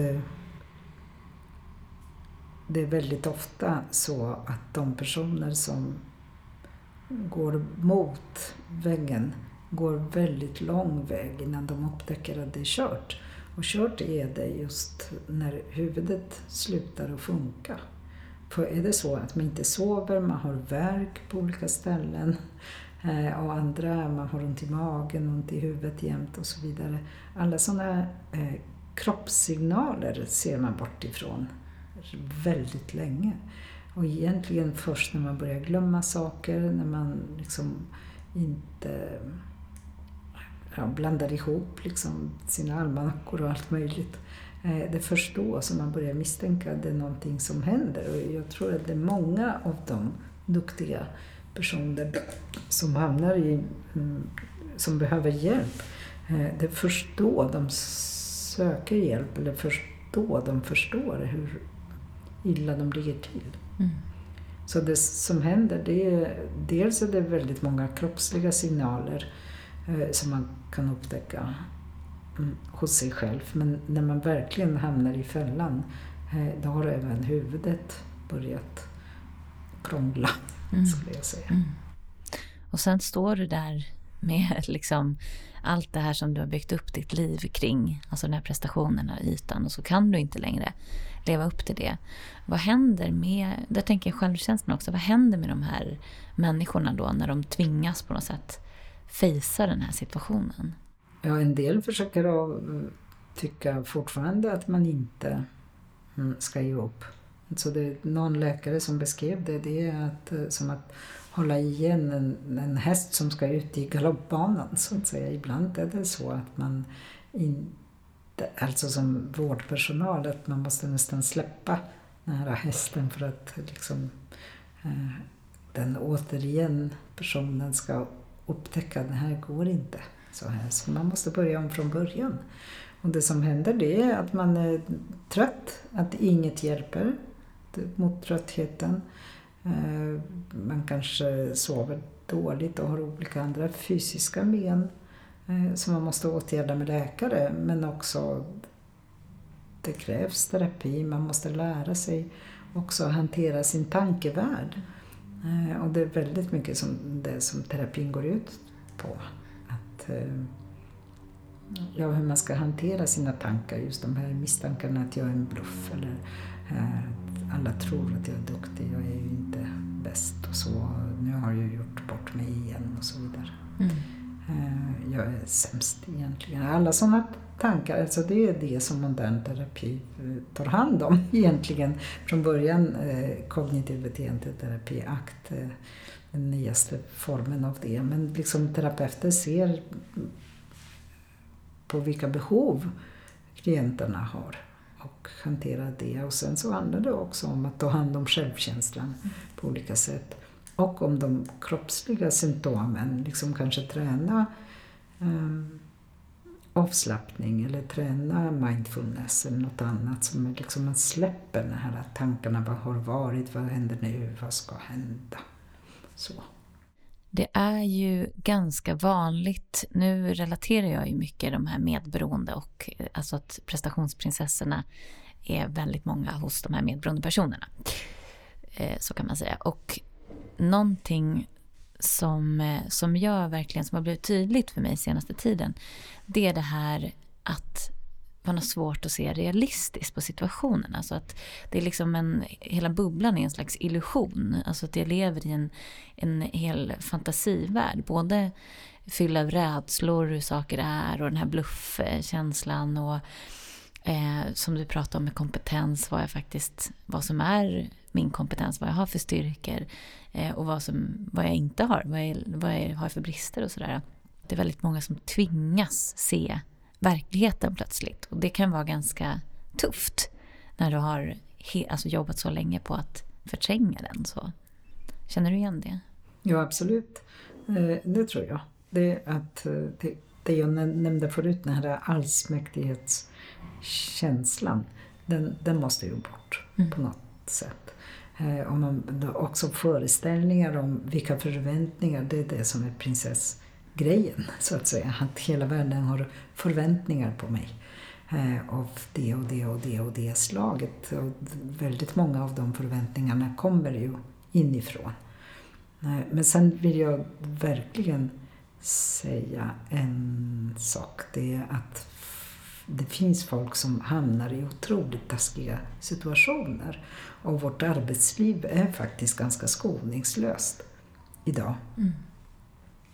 det är väldigt ofta så att de personer som går mot väggen går väldigt lång väg innan de upptäcker att det är kört. Och kört är det just när huvudet slutar att funka. För är det så att man inte sover, man har värk på olika ställen, Och andra, man har ont i magen, ont i huvudet jämt och så vidare. Alla sådana eh, kroppssignaler ser man bort ifrån väldigt länge. Och egentligen först när man börjar glömma saker, när man liksom inte ja, blandar ihop liksom sina almanackor och allt möjligt. Eh, det är först då som man börjar misstänka att det är någonting som händer. Och jag tror att det är många av de duktiga personer som hamnar i, som behöver hjälp. Det är först då de söker hjälp, eller först då de förstår hur illa de ligger till. Mm. Så det som händer, det är, dels är det väldigt många kroppsliga signaler eh, som man kan upptäcka mm, hos sig själv. Men när man verkligen hamnar i fällan, eh, då har även huvudet börjat krångla. Mm. Skulle jag säga. Mm. Och sen står du där med liksom allt det här som du har byggt upp ditt liv kring, alltså den här prestationen, här ytan, och så kan du inte längre leva upp till det. Vad händer med, där tänker jag självkänslan också, vad händer med de här människorna då när de tvingas på något sätt fejsa den här situationen? Ja, en del försöker att tycka fortfarande att man inte ska ge upp. Så det är någon läkare som beskrev det, det är att, som att hålla igen en, en häst som ska ut i galoppbanan, så att säga. Ibland är det så att man inte, alltså som vårdpersonal, att man måste nästan släppa den här hästen för att liksom eh, den återigen personen ska upptäcka att det här går inte så här. Så man måste börja om från början. Och det som händer, det är att man är trött, att inget hjälper mot tröttheten. Man kanske sover dåligt och har olika andra fysiska men som man måste åtgärda med läkare. Men också det krävs terapi. Man måste lära sig också hantera sin tankevärld. Och det är väldigt mycket som det som terapin går ut på. Att, ja, hur man ska hantera sina tankar. Just de här misstankarna att jag är en bluff. Eller alla tror att jag är duktig, jag är ju inte bäst och så. Nu har jag gjort bort mig igen och så vidare. Mm. Jag är sämst egentligen. Alla sådana tankar, alltså det är det som modern terapi tar hand om egentligen. Från början kognitiv beteendeterapi, akt, den nyaste formen av det. Men liksom terapeuter ser på vilka behov klienterna har och hantera det. Och sen så handlar det också om att ta hand om självkänslan på olika sätt. Och om de kroppsliga symptomen, liksom kanske träna um, avslappning eller träna mindfulness eller något annat som är liksom man släpper de här tankarna. Vad har varit, vad händer nu, vad ska hända? Så. Det är ju ganska vanligt, nu relaterar jag ju mycket de här medberoende och alltså att prestationsprinsessorna är väldigt många hos de här medberoende personerna. Eh, så kan man säga. Och någonting som, som jag verkligen, som har blivit tydligt för mig senaste tiden, det är det här att man har svårt att se realistiskt på situationen. Alltså att det är liksom en, hela bubblan är en slags illusion. Alltså att jag lever i en, en hel fantasivärld. Både fylld av rädslor, hur saker är och den här bluffkänslan och eh, som du pratade om med kompetens, vad jag faktiskt, vad som är min kompetens, vad jag har för styrkor eh, och vad, som, vad jag inte har, vad jag, vad jag har för brister och sådär. Det är väldigt många som tvingas se verkligheten plötsligt. Och det kan vara ganska tufft när du har he- alltså jobbat så länge på att förtränga den. Så. Känner du igen det? Ja, absolut. Eh, det tror jag. Det är att det, det jag nämnde förut, den här allsmäktighetskänslan, den, den måste ju bort mm. på något sätt. Eh, och man, också föreställningar om vilka förväntningar, det är det som är prinsess grejen, så att säga. Att hela världen har förväntningar på mig eh, av det och det och det och det slaget. Och väldigt många av de förväntningarna kommer ju inifrån. Eh, men sen vill jag verkligen säga en sak. Det är att det finns folk som hamnar i otroligt taskiga situationer. Och vårt arbetsliv är faktiskt ganska skoningslöst idag. Mm.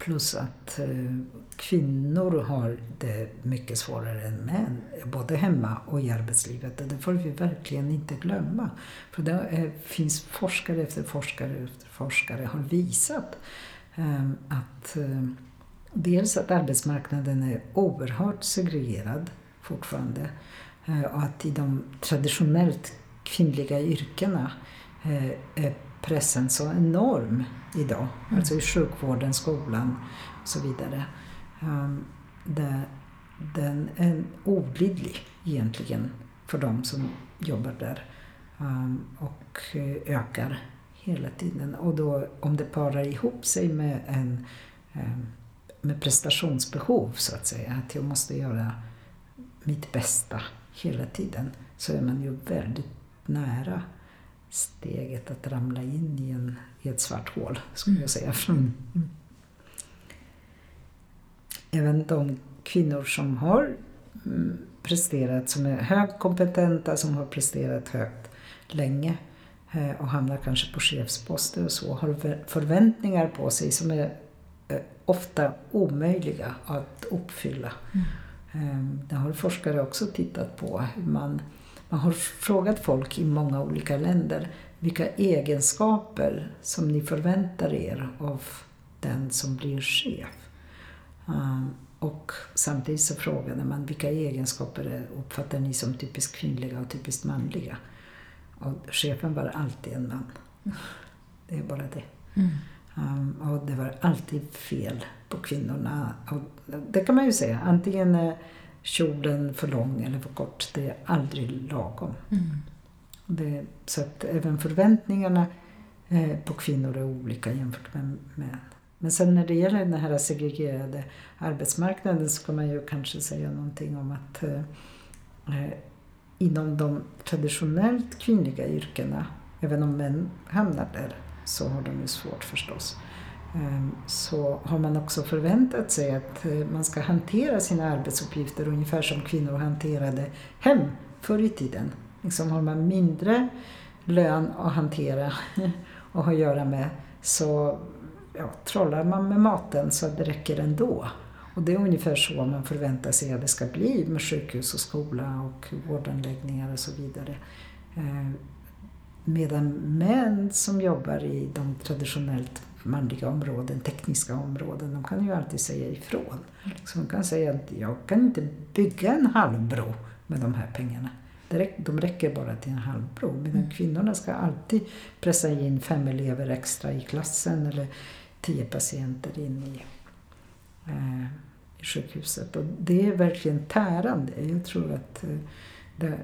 Plus att eh, kvinnor har det mycket svårare än män, både hemma och i arbetslivet. Och det får vi verkligen inte glömma. För det är, finns forskare efter forskare efter forskare har visat eh, att eh, dels att arbetsmarknaden är oerhört segregerad fortfarande. Eh, och att i de traditionellt kvinnliga yrkena eh, är pressen så enorm idag. Mm. Alltså i sjukvården, skolan och så vidare. Um, det, den är olidlig egentligen för de som jobbar där. Um, och ökar hela tiden. Och då om det parar ihop sig med en um, med prestationsbehov så att säga. Att jag måste göra mitt bästa hela tiden. Så är man ju väldigt nära steget att ramla in i, en, i ett svart hål, skulle jag säga. Mm. Även de kvinnor som har presterat, som är högkompetenta, som har presterat högt länge och hamnar kanske på chefsposter och så, har förväntningar på sig som är ofta omöjliga att uppfylla. Mm. Det har forskare också tittat på. Man Man har frågat folk i många olika länder vilka egenskaper som ni förväntar er av den som blir chef. Um, och samtidigt så frågade man vilka egenskaper uppfattar ni som typiskt kvinnliga och typiskt manliga. Och chefen var alltid en man. Det är bara det. Mm. Um, och det var alltid fel på kvinnorna. Och det kan man ju säga. Antingen är kjolen för lång eller för kort. Det är aldrig lagom. Mm. Det, så att även förväntningarna eh, på kvinnor är olika jämfört med män. Men sen när det gäller den här segregerade arbetsmarknaden så kan man ju kanske säga någonting om att eh, inom de traditionellt kvinnliga yrkena, även om män hamnar där, så har de ju svårt förstås. Så har man också förväntat sig att man ska hantera sina arbetsuppgifter ungefär som kvinnor hanterade hem förr i tiden. Liksom har man mindre lön att hantera och ha att göra med, så ja, trollar man med maten så att det räcker ändå. Och det är ungefär så man förväntar sig att det ska bli med sjukhus och skola och vårdanläggningar och så vidare. Medan män som jobbar i de traditionellt manliga områden, tekniska områden, de kan ju alltid säga ifrån. Så de kan säga att jag kan inte bygga en halvbro med de här pengarna. De räcker bara till en halvbro. Medan mm. kvinnorna ska alltid pressa in fem elever extra i klassen eller tio patienter in i, eh, i sjukhuset. Och det är verkligen tärande. Jag tror att eh, det,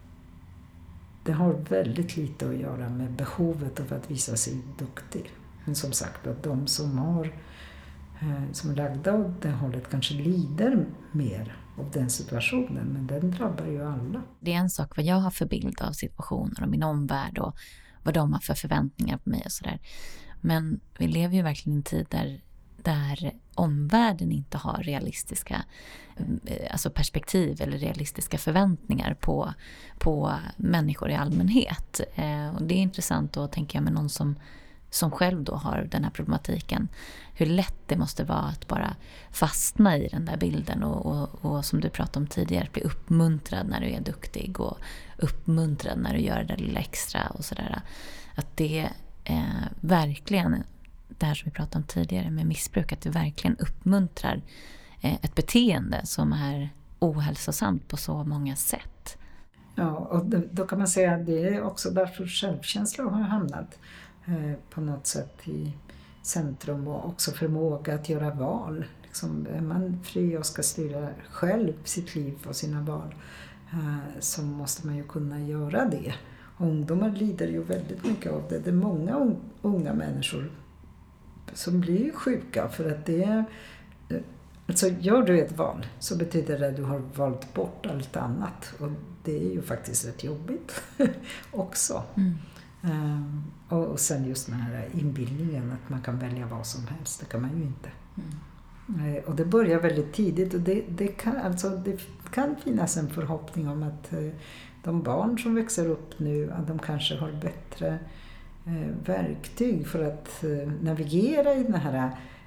det har väldigt lite att göra med behovet av att visa sig duktig. Men som sagt, att de som, har, eh, som är lagda åt det hållet kanske lider mer av den situationen. Men den drabbar ju alla. Det är en sak vad jag har för bild av situationen och min omvärld och vad de har för förväntningar på mig och sådär. Men vi lever ju verkligen i en tid där, där omvärlden inte har realistiska alltså perspektiv eller realistiska förväntningar på, på människor i allmänhet. Eh, och det är intressant att tänka med någon som som själv då har den här problematiken, hur lätt det måste vara att bara fastna i den där bilden och, och, och som du pratade om tidigare, bli uppmuntrad när du är duktig och uppmuntrad när du gör det lilla extra och sådär. Att det eh, verkligen, det här som vi pratade om tidigare med missbruk, att det verkligen uppmuntrar eh, ett beteende som är ohälsosamt på så många sätt. Ja, och då kan man säga att det är också därför självkänsla har hamnat på något sätt i centrum och också förmåga att göra val. Liksom, är man fri och ska styra själv sitt liv och sina val så måste man ju kunna göra det. Och ungdomar lider ju väldigt mycket av det. Det är många unga människor som blir sjuka för att det är... Alltså gör du ett val så betyder det att du har valt bort allt annat. Och det är ju faktiskt rätt jobbigt också. Mm. Um, och, och sen just den här inbildningen att man kan välja vad som helst, det kan man ju inte. Mm. Uh, och det börjar väldigt tidigt och det, det, kan, alltså, det kan finnas en förhoppning om att uh, de barn som växer upp nu, att de kanske har bättre uh, verktyg för att uh, navigera i den här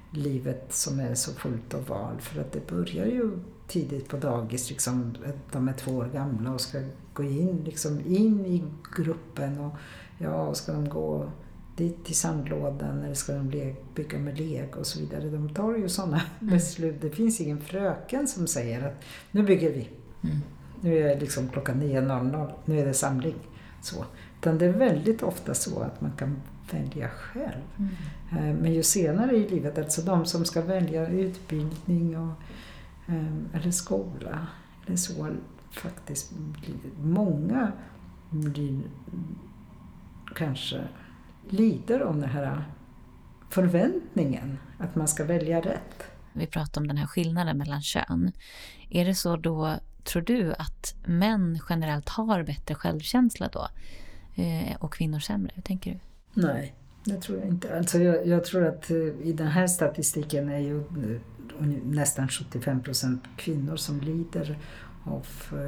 livet som är så fullt av val. För att det börjar ju tidigt på dagis, liksom, de är två år gamla och ska gå in, liksom, in i gruppen och ja, ska de gå dit till sandlådan eller ska de le- bygga med lek och så vidare. De tar ju sådana mm. beslut. Det finns ingen fröken som säger att nu bygger vi. Mm. Nu är det liksom klockan nio noll noll, nu är det samling. Så. Utan det är väldigt ofta så att man kan välja själv. Mm. Men ju senare i livet, alltså de som ska välja utbildning och, eller skola eller så, faktiskt många blir kanske lider om den här förväntningen att man ska välja rätt. Vi pratar om den här skillnaden mellan kön. Är det så då, tror du, att män generellt har bättre självkänsla då? Och kvinnor sämre, hur tänker du? Nej, det tror jag inte. Alltså jag, jag tror att i den här statistiken är ju nästan sjuttiofem procent kvinnor som lider av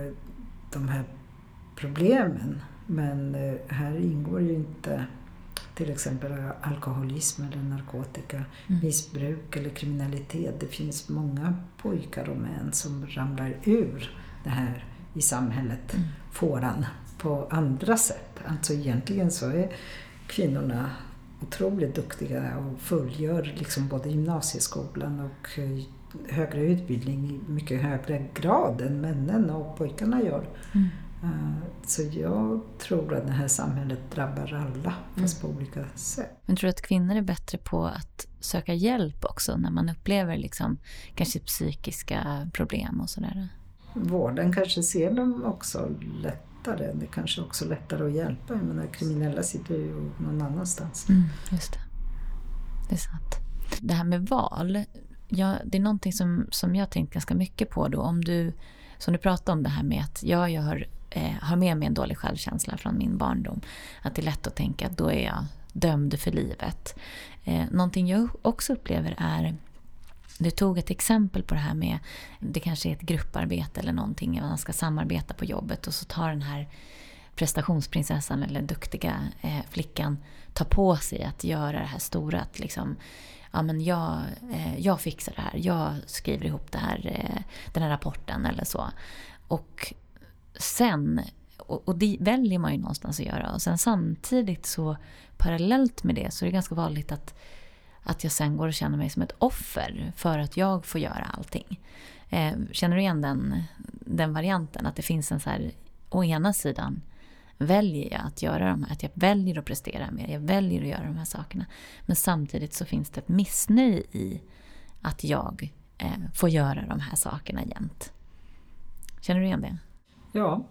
de här problemen. Men här ingår ju inte till exempel alkoholism eller narkotika, mm. missbruk eller kriminalitet. Det finns många pojkar och män som ramlar ur det här i samhället, mm. fåran, på andra sätt. Alltså egentligen så är kvinnorna otroligt duktiga och fullgör liksom både gymnasieskolan och högre utbildning i mycket högre grad än männen och pojkarna gör. Mm. Så jag tror att det här samhället drabbar alla, fast mm. på olika sätt. Men tror du att kvinnor är bättre på att söka hjälp också när man upplever liksom kanske psykiska problem och sådär? Vården kanske ser dem också lättare. Det är kanske också lättare att hjälpa. Men de kriminella sitter ju någon annanstans. Mm, just det. Det är sant. Det här med val, ja, det är någonting som, som jag tänkt ganska mycket på då. Om du, som du pratade om det här med att jag, jag har, eh, har med mig en dålig självkänsla från min barndom. Att det är lätt att tänka att då är jag dömd för livet. Eh, någonting jag också upplever är, du tog ett exempel på det här med, det kanske är ett grupparbete eller någonting, man ska samarbeta på jobbet och så tar den här prestationsprinsessan eller duktiga eh, flickan tar på sig att göra det här stora, att liksom, ja men jag, eh, jag fixar det här, jag skriver ihop det här, eh, den här rapporten eller så. Och sen, och, och det väljer man ju någonstans att göra, och sen samtidigt så parallellt med det så är det ganska vanligt att att jag sen går och känner mig som ett offer för att jag får göra allting. Eh, känner du igen den, den varianten? Att det finns en så här, å ena sidan väljer jag att göra de här, att jag väljer att prestera mer, jag väljer att göra de här sakerna. Men samtidigt så finns det ett missnöje i att jag eh, får göra de här sakerna jämt. Känner du igen det? Ja,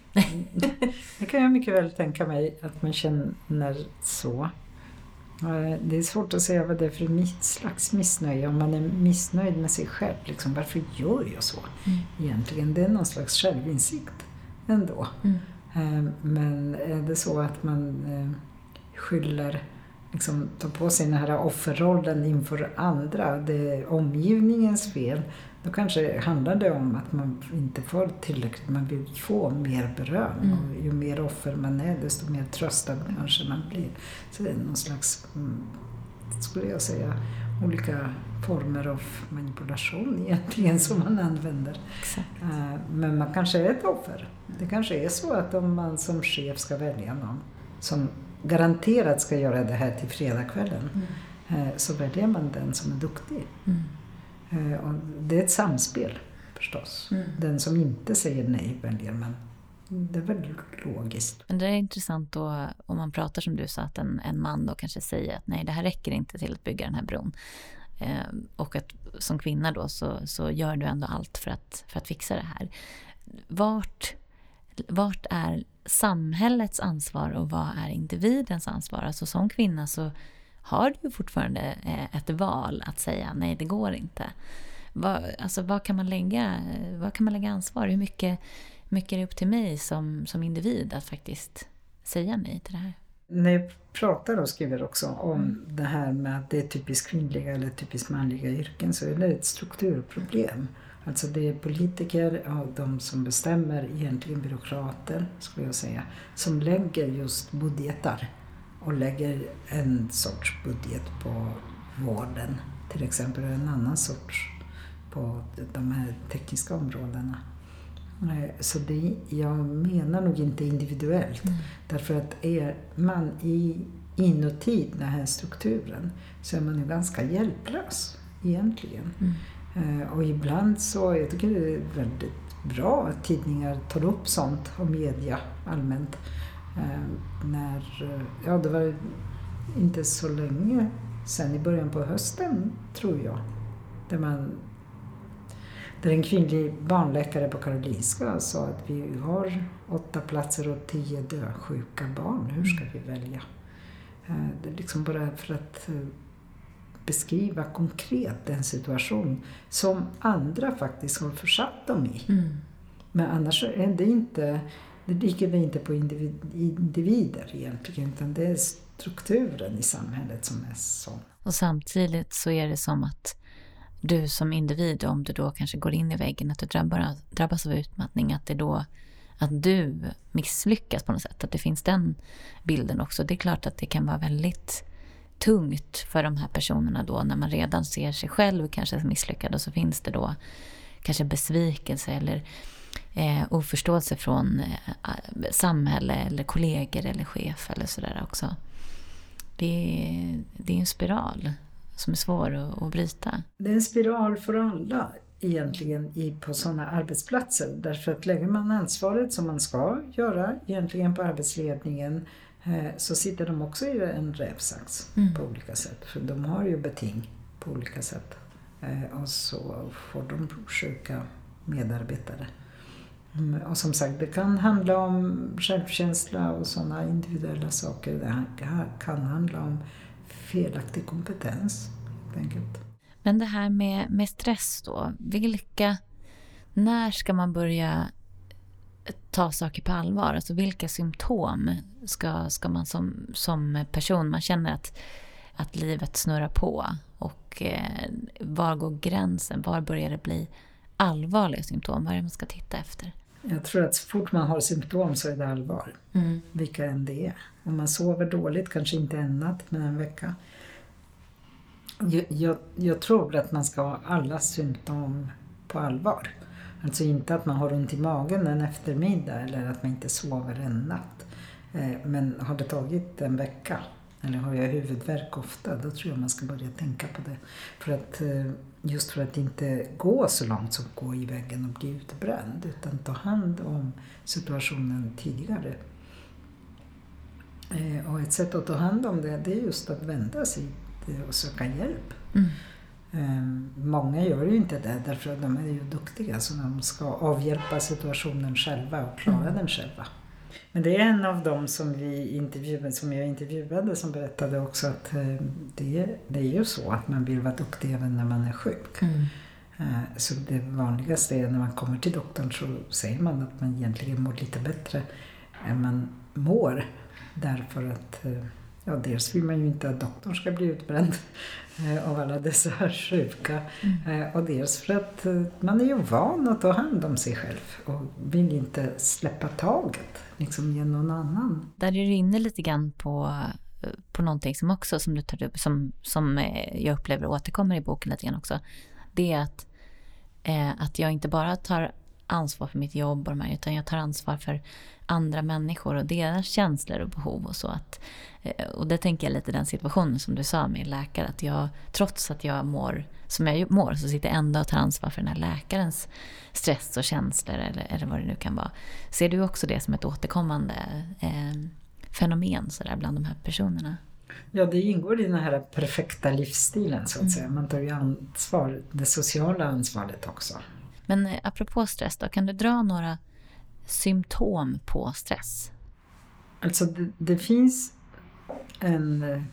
det kan jag mycket väl tänka mig att man känner så. Det är svårt att säga vad det är för slags missnöje. Om man är missnöjd med sig själv, liksom, varför gör jag så? Mm. Egentligen, det är någon slags självinsikt ändå. Mm. Men är det så att man skyller, liksom, tar på sig den här offerrollen inför andra, det är omgivningens fel, då kanske handlar det om att man inte får tillräckligt, man vill få mer beröm. Mm. Och ju mer offer man är, desto mer tröstad kanske man blir. Så det är någon slags, skulle jag säga, olika former av manipulation egentligen som man använder. Exakt. Men man kanske är ett offer. Det kanske är så att om man som chef ska välja någon som garanterat ska göra det här till fredagskvällen, mm. så väljer man den som är duktig. Mm. Och det är ett samspel förstås. Mm. Den som inte säger nej väljer man. Det är väldigt logiskt. Men det är intressant då, om man pratar som du sa, att en, en man då kanske säger att nej, det här räcker inte till att bygga den här bron. Eh, och att som kvinna då så, så gör du ändå allt för att, för att fixa det här. Vart, vart är samhällets ansvar och vad är individens ansvar? Alltså som kvinna så har du fortfarande ett val att säga nej, det går inte. Vad, alltså, vad, kan man lägga, vad kan man lägga ansvar? Hur mycket, mycket är det upp till mig som, som individ att faktiskt säga nej till det här? När jag pratar och skriver också om mm. det här med att det är typiskt kvinnliga eller typiskt manliga yrken, så är det ett strukturproblem. Alltså det är politiker och de som bestämmer, egentligen byråkrater skulle jag säga, som lägger just budgetar och lägger en sorts budget på vården till exempel en annan sorts på de här tekniska områdena. Så det, jag menar nog inte individuellt. Mm. Därför att är man i inuti den här strukturen så är man ju ganska hjälplös egentligen. Mm. Och ibland så, jag tycker det är väldigt bra att tidningar tar upp sånt och media allmänt. När, ja, det var inte så länge sen i början på hösten tror jag, där man där en kvinnlig barnläkare på Karolinska sa att vi har åtta platser och tio dödsjuka barn. Hur ska vi välja? Det är liksom bara för att beskriva konkret den situation som andra faktiskt har försatt dem i. Mm. Men annars är det inte, det ligger det inte på individ, individer egentligen, utan det är strukturen i samhället som är sån. Och samtidigt så är det som att du som individ, om du då kanske går in i väggen, att du drabbar, drabbas av utmattning, att det då att du misslyckas på något sätt, att det finns den bilden också. Det är klart att det kan vara väldigt tungt för de här personerna då, när man redan ser sig själv kanske misslyckad, och så finns det då kanske besvikelse eller eh, oförståelse från eh, samhälle eller kollegor eller chef eller sådär också. Det är, det är en spiral som är svår att, att bryta. Det är en spiral för alla egentligen i, på sådana arbetsplatser. Därför att lägger man ansvaret som man ska göra egentligen på arbetsledningen, eh, så sitter de också i en rävsax mm. på olika sätt. För de har ju beting på olika sätt. Eh, och så får de sjuka medarbetare. Mm, och som sagt, det kan handla om självkänsla och sådana individuella saker. Det här kan handla om felaktig kompetens, helt enkelt. Men det här med, med stress då, vilka, när ska man börja ta saker på allvar? Alltså vilka symptom ska, ska man som, som person, man känner att, att livet snurrar på, och eh, var går gränsen, var börjar det bli allvarliga symptom, vad är det man ska titta efter? Jag tror att så fort man har symptom så är det allvar, mm. vilka än det är. Om man sover dåligt, kanske inte en natt men en vecka. Jag, jag, jag tror att man ska ha alla symptom på allvar. Alltså inte att man har ont i magen en eftermiddag eller att man inte sover en natt. Eh, men har det tagit en vecka eller har jag huvudvärk ofta, då tror jag man ska börja tänka på det. För att, eh, just för att inte gå så långt som gå i väggen och bli utbränd, utan ta hand om situationen tidigare. Eh, och ett sätt att ta hand om det, det är just att vända sig och söka hjälp. Mm. Eh, många gör ju inte det därför att de är ju duktiga, så de ska avhjälpa situationen själva och klara mm. den själva. Men det är en av dem som, vi intervjuade, som jag intervjuade som berättade också att eh, det, det är ju så att man vill vara duktig även när man är sjuk. Mm. Eh, så det vanligaste är när man kommer till doktorn så säger man att man egentligen mår lite bättre än man mår. Därför att eh, ja, dels vill man ju inte att doktorn ska bli utbränd eh, av alla dessa sjuka. Mm. Eh, och dels för att eh, man är ju van att ta hand om sig själv och vill inte släppa taget, liksom ge någon annan. Där är du inne lite grann på, på någonting som också som du tar upp, som, som jag upplever återkommer i boken lite grann också. Det är att, eh, att jag inte bara tar ansvar för mitt jobb och de här, utan jag tar ansvar för andra människor och deras känslor och behov och så. Att, och det tänker jag lite den situationen som du sa med läkare, att jag, trots att jag mår som jag mår, så sitter jag ändå och tar ansvar för den här läkarens stress och känslor eller, eller vad det nu kan vara. Ser du också det som ett återkommande eh, fenomen så där, bland de här personerna? Ja, det ingår i den här perfekta livsstilen så att mm. säga. Man tar ju ansvar, det sociala ansvaret också. Men eh, apropå stress då, kan du dra några symptom på stress? Alltså det, det finns en eh,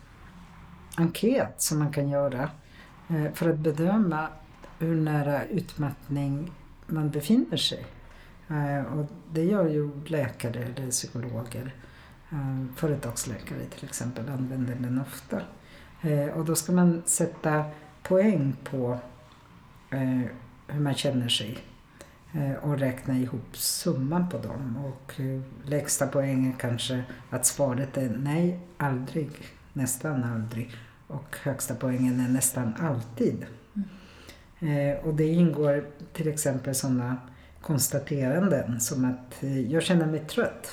enkät som man kan göra eh, för att bedöma hur nära utmattning man befinner sig. Eh, och det gör ju läkare eller psykologer. Eh, företagsläkare till exempel använder den ofta. Eh, och då ska man sätta poäng på eh, hur man känner sig. Och räkna ihop summan på dem. Och lägsta poängen kanske att svaret är nej, aldrig, nästan aldrig. och högsta poängen är nästan alltid. Mm. Eh, och det ingår till exempel sådana konstateranden som att eh, jag känner mig trött.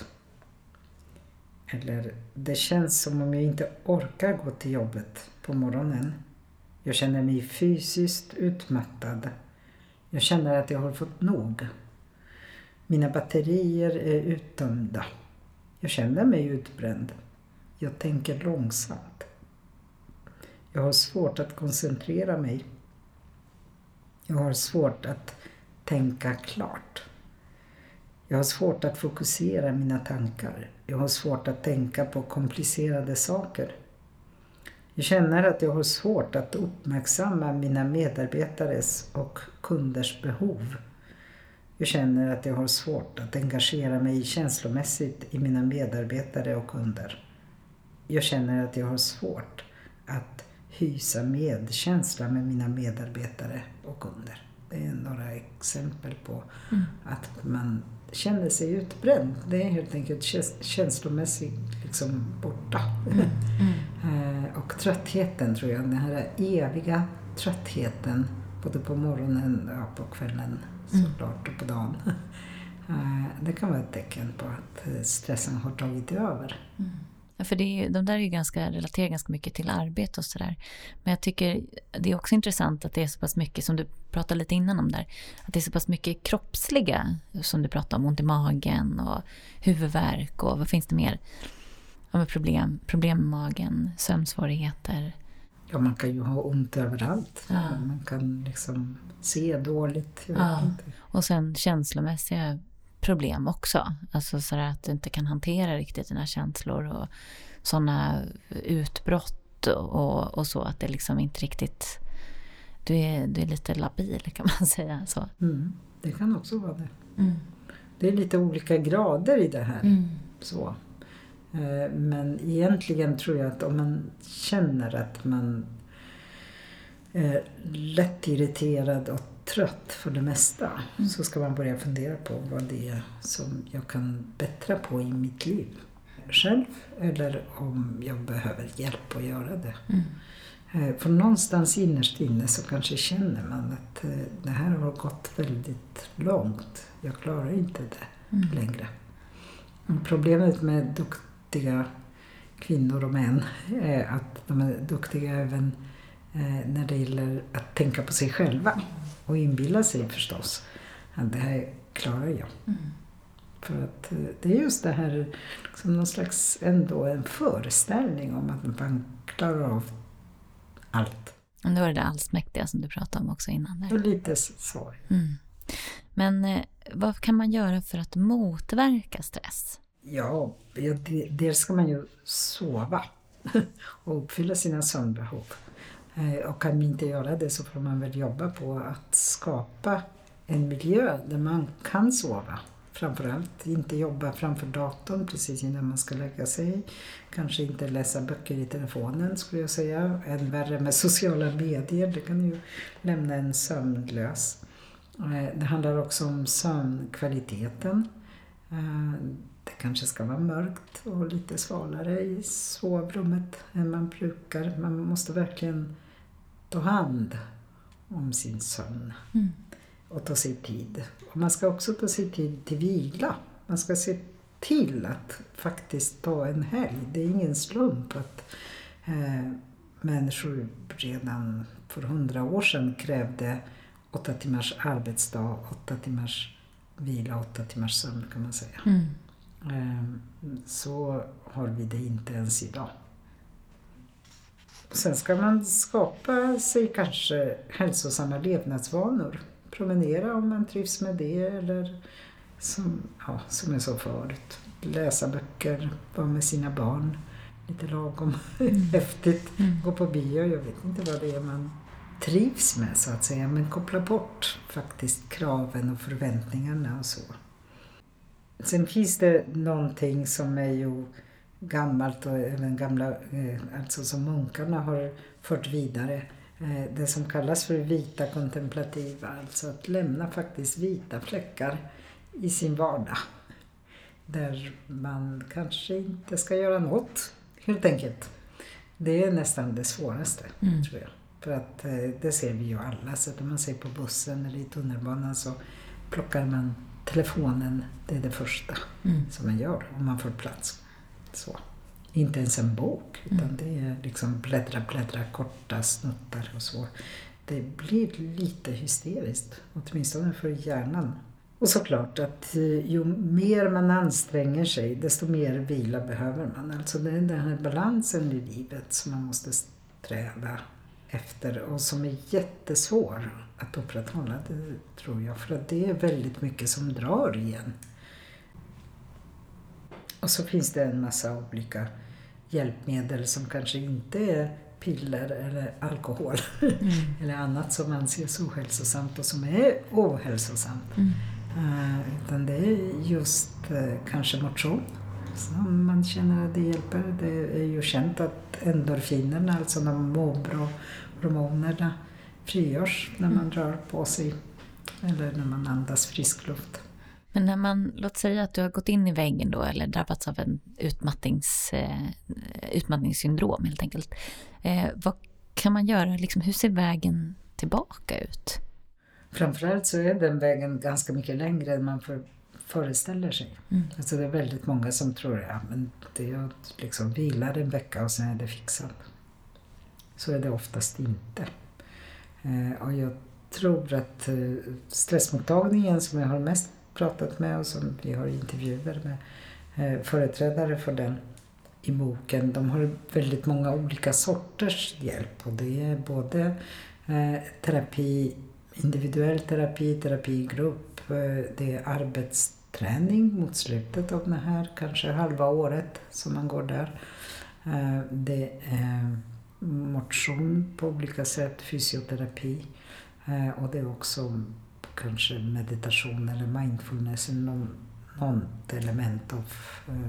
Eller det känns som om jag inte orkar gå till jobbet på morgonen. Jag känner mig fysiskt utmattad. Jag känner att jag har fått nog. Mina batterier är uttömda. Jag känner mig utbränd. Jag tänker långsamt. Jag har svårt att koncentrera mig. Jag har svårt att tänka klart. Jag har svårt att fokusera mina tankar. Jag har svårt att tänka på komplicerade saker. Jag känner att jag har svårt att uppmärksamma mina medarbetares och kunders behov. Jag känner att jag har svårt att engagera mig känslomässigt i mina medarbetare och kunder. Jag känner att jag har svårt att hysa medkänsla med mina medarbetare och kunder. Det är några exempel på mm. att man känner sig utbränd. Det är helt enkelt känslomässigt liksom borta. Mm. Mm. Och tröttheten tror jag, den här eviga tröttheten både på morgonen och på kvällen såklart och på dagen. Det kan vara ett tecken på att stressen har tagit över. Mm. Ja, för det är ju, de där är ju ganska relaterar ganska mycket till arbete och sådär. Men jag tycker det är också intressant att det är så pass mycket, som du pratade lite innan om där, att det är så pass mycket kroppsliga, som du pratade om, ont i magen och huvudvärk och vad finns det mer? Ja, med problem, problem med magen, sömnsvårigheter. Ja, man kan ju ha ont överallt. Ja. Man kan liksom se dåligt. Ja. Och sen känslomässiga problem också. Alltså så att du inte kan hantera riktigt dina känslor och sådana utbrott och, och så, att det liksom inte riktigt, du är, du är lite labil kan man säga så. Mm, det kan också vara det. Mm. Det är lite olika grader i det här. Mm. Så. Men egentligen tror jag att om man känner att man är lätt irriterad och trött för det mesta, mm. så ska man börja fundera på vad det är som jag kan bättra på i mitt liv själv, eller om jag behöver hjälp att göra det. Mm. För någonstans innerst inne så kanske känner man att det här har gått väldigt långt. Jag klarar inte det mm. längre. Problemet med duktiga kvinnor och män är att de är duktiga även när det gäller att tänka på sig själva och inbilla sig förstås att det här klarar jag. Mm. För att det är just det här som någon slags ändå en föreställning om att man klarar av allt. Och då är det allsmäktiga som du pratade om också innan. Där. Och lite så. Mm. Men eh, vad kan man göra för att motverka stress? Ja, dels ska man ju sova och uppfylla sina sömnbehov. Och kan man inte göra det så får man väl jobba på att skapa en miljö där man kan sova. Framförallt inte jobba framför datorn precis innan man ska lägga sig. Kanske inte läsa böcker i telefonen skulle jag säga. Än värre med sociala medier, det kan ju lämna en sömnlös. Det handlar också om sömnkvaliteten. Det kanske ska vara mörkt och lite svalare i sovrummet än man brukar. Man måste verkligen ta hand om sin sömn mm. och ta sig tid. Och man ska också ta sig tid till vila. Man ska se till att faktiskt ta en helg. Det är ingen slump att eh, människor redan för hundra år sedan krävde åtta timmars arbetsdag, åtta timmars vila, åtta timmars sömn kan man säga. Mm. Så har vi det inte ens idag. Sen ska man skapa sig kanske hälsosamma levnadsvanor. Promenera om man trivs med det, eller som, ja, som jag sa förut, läsa böcker, vara med sina barn lite lagom mm. häftigt, mm. gå på bio, jag vet inte vad det är man trivs med så att säga, men koppla bort faktiskt kraven och förväntningarna och så. Sen finns det någonting som är ju gammalt och även gamla, alltså som munkarna har fört vidare. Det som kallas för vita kontemplativa, alltså att lämna faktiskt vita fläckar i sin vardag. Där man kanske inte ska göra något, helt enkelt. Det är nästan det svåraste, mm. tror jag. För att eh, det ser vi ju alla. Så om man ser på bussen eller i tunnelbanan så plockar man telefonen. Det är det första mm. som man gör om man får plats. Så. Inte ens en bok, utan mm. det är liksom bläddra, bläddra, korta snuttar och så. Det blir lite hysteriskt, åtminstone för hjärnan. Och såklart att ju mer man anstränger sig, desto mer vila behöver man. Alltså det är den här balansen i livet som man måste sträva efter och som är jättesvår att upprätthålla, det tror jag. För att det är väldigt mycket som drar igen. Och så finns det en massa olika hjälpmedel som kanske inte är piller eller alkohol mm. eller annat som anses ohälsosamt och som är ohälsosamt. Mm. Uh, utan det är just uh, kanske motion som man känner att det hjälper. Det är ju känt att endorfinerna, alltså de mår bra hormonerna, frigörs när man mm. rör på sig eller när man andas frisk luft. Men när man, låt säga att du har gått in i väggen då eller drabbats av en utmattnings, eh, utmattningssyndrom helt enkelt. Eh, vad kan man göra? Liksom, hur ser vägen tillbaka ut? Framförallt så är den vägen ganska mycket längre än man för, föreställer sig. Mm. Alltså det är väldigt många som tror ja, men det är att liksom vila en vecka och sen är det fixat. Så är det oftast inte. Eh, och jag tror att eh, stressmottagningen som jag har mest pratat med och som vi har intervjuer med eh, företrädare för den i boken, de har väldigt många olika sorters hjälp och det är både eh, terapi, individuell terapi, terapigrupp, eh, det är arbetsträning mot slutet av det här, kanske halva året som man går där. Eh, det är motion på olika sätt, fysioterapi eh, och det är också kanske meditation eller mindfulness, någon, något element av eh,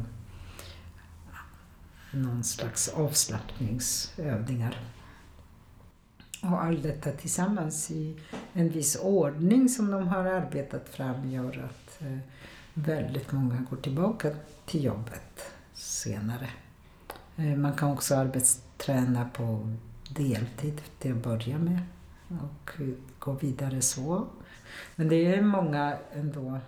någon slags avslappningsövningar. Och allt detta tillsammans i en viss ordning som de har arbetat fram gör att eh, väldigt många går tillbaka till jobbet senare. Eh, man kan också arbetsträna på deltid till att börja med och gå vidare så. Men det är många ändå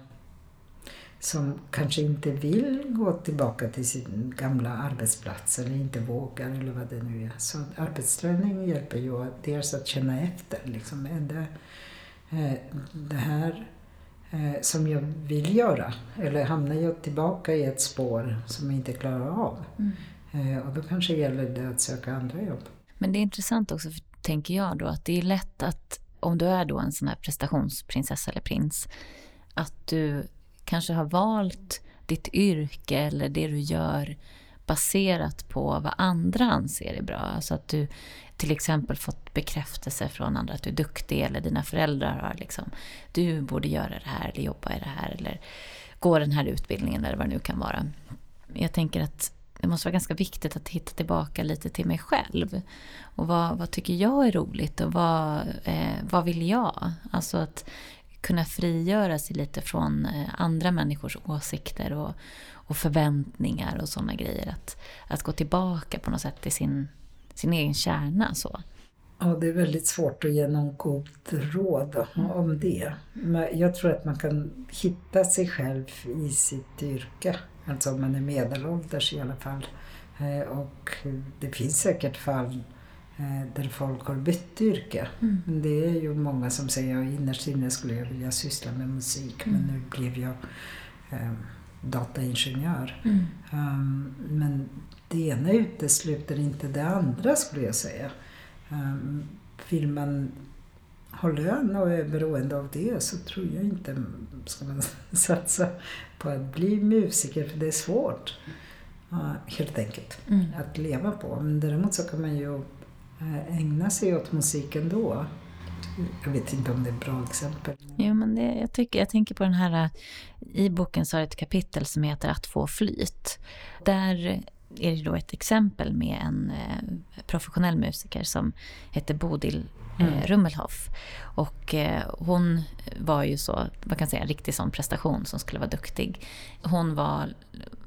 som kanske inte vill gå tillbaka till sin gamla arbetsplats eller inte vågar eller vad det nu är. Så arbetsträning hjälper ju dels att känna efter. Liksom, är det, eh, det här eh, som jag vill göra? Eller hamnar jag tillbaka i ett spår som jag inte klarar av? Mm. Eh, och då kanske gäller det att söka andra jobb. Men det är intressant också, för, tänker jag då, att det är lätt att om du är då en sån här prestationsprinsessa eller prins, att du kanske har valt ditt yrke eller det du gör baserat på vad andra anser är bra. Alltså att du till exempel fått bekräftelse från andra att du är duktig eller dina föräldrar har liksom, du borde göra det här eller jobba i det här eller gå den här utbildningen eller vad det nu kan vara. Jag tänker att det måste vara ganska viktigt att hitta tillbaka lite till mig själv. Och vad, vad tycker jag är roligt och vad, eh, vad vill jag? Alltså att kunna frigöra sig lite från eh, andra människors åsikter och, och förväntningar och sådana grejer. Att, att gå tillbaka på något sätt till sin, sin egen kärna. Så. Ja, det är väldigt svårt att ge någon god råd om det. Men jag tror att man kan hitta sig själv i sitt yrke. Alltså om man är medelålders i alla fall. Och det finns säkert fall där folk har bytt yrke. Mm. Men det är ju många som säger att innerst inne skulle jag vilja syssla med musik. Mm. Men nu blev jag eh, dataingenjör. Mm. Um, men det ena utesluter inte det andra skulle jag säga. Um, vill man ha lön och är beroende av det så tror jag inte ska man satsa på att bli musiker för det är svårt. Uh, helt enkelt mm. att leva på. Men däremot så kan man ju ägna sig åt musiken då. Jag vet inte om det är ett bra exempel. Jo, men det, jag, tycker, jag tänker på den här, i boken så är det ett kapitel som heter Att få flyt. Där är det då ett exempel med en eh, professionell musiker som heter Bodil eh, mm. Rummelhoff. Och eh, hon var ju så, vad kan jag säga, riktigt sån prestation som skulle vara duktig. Hon var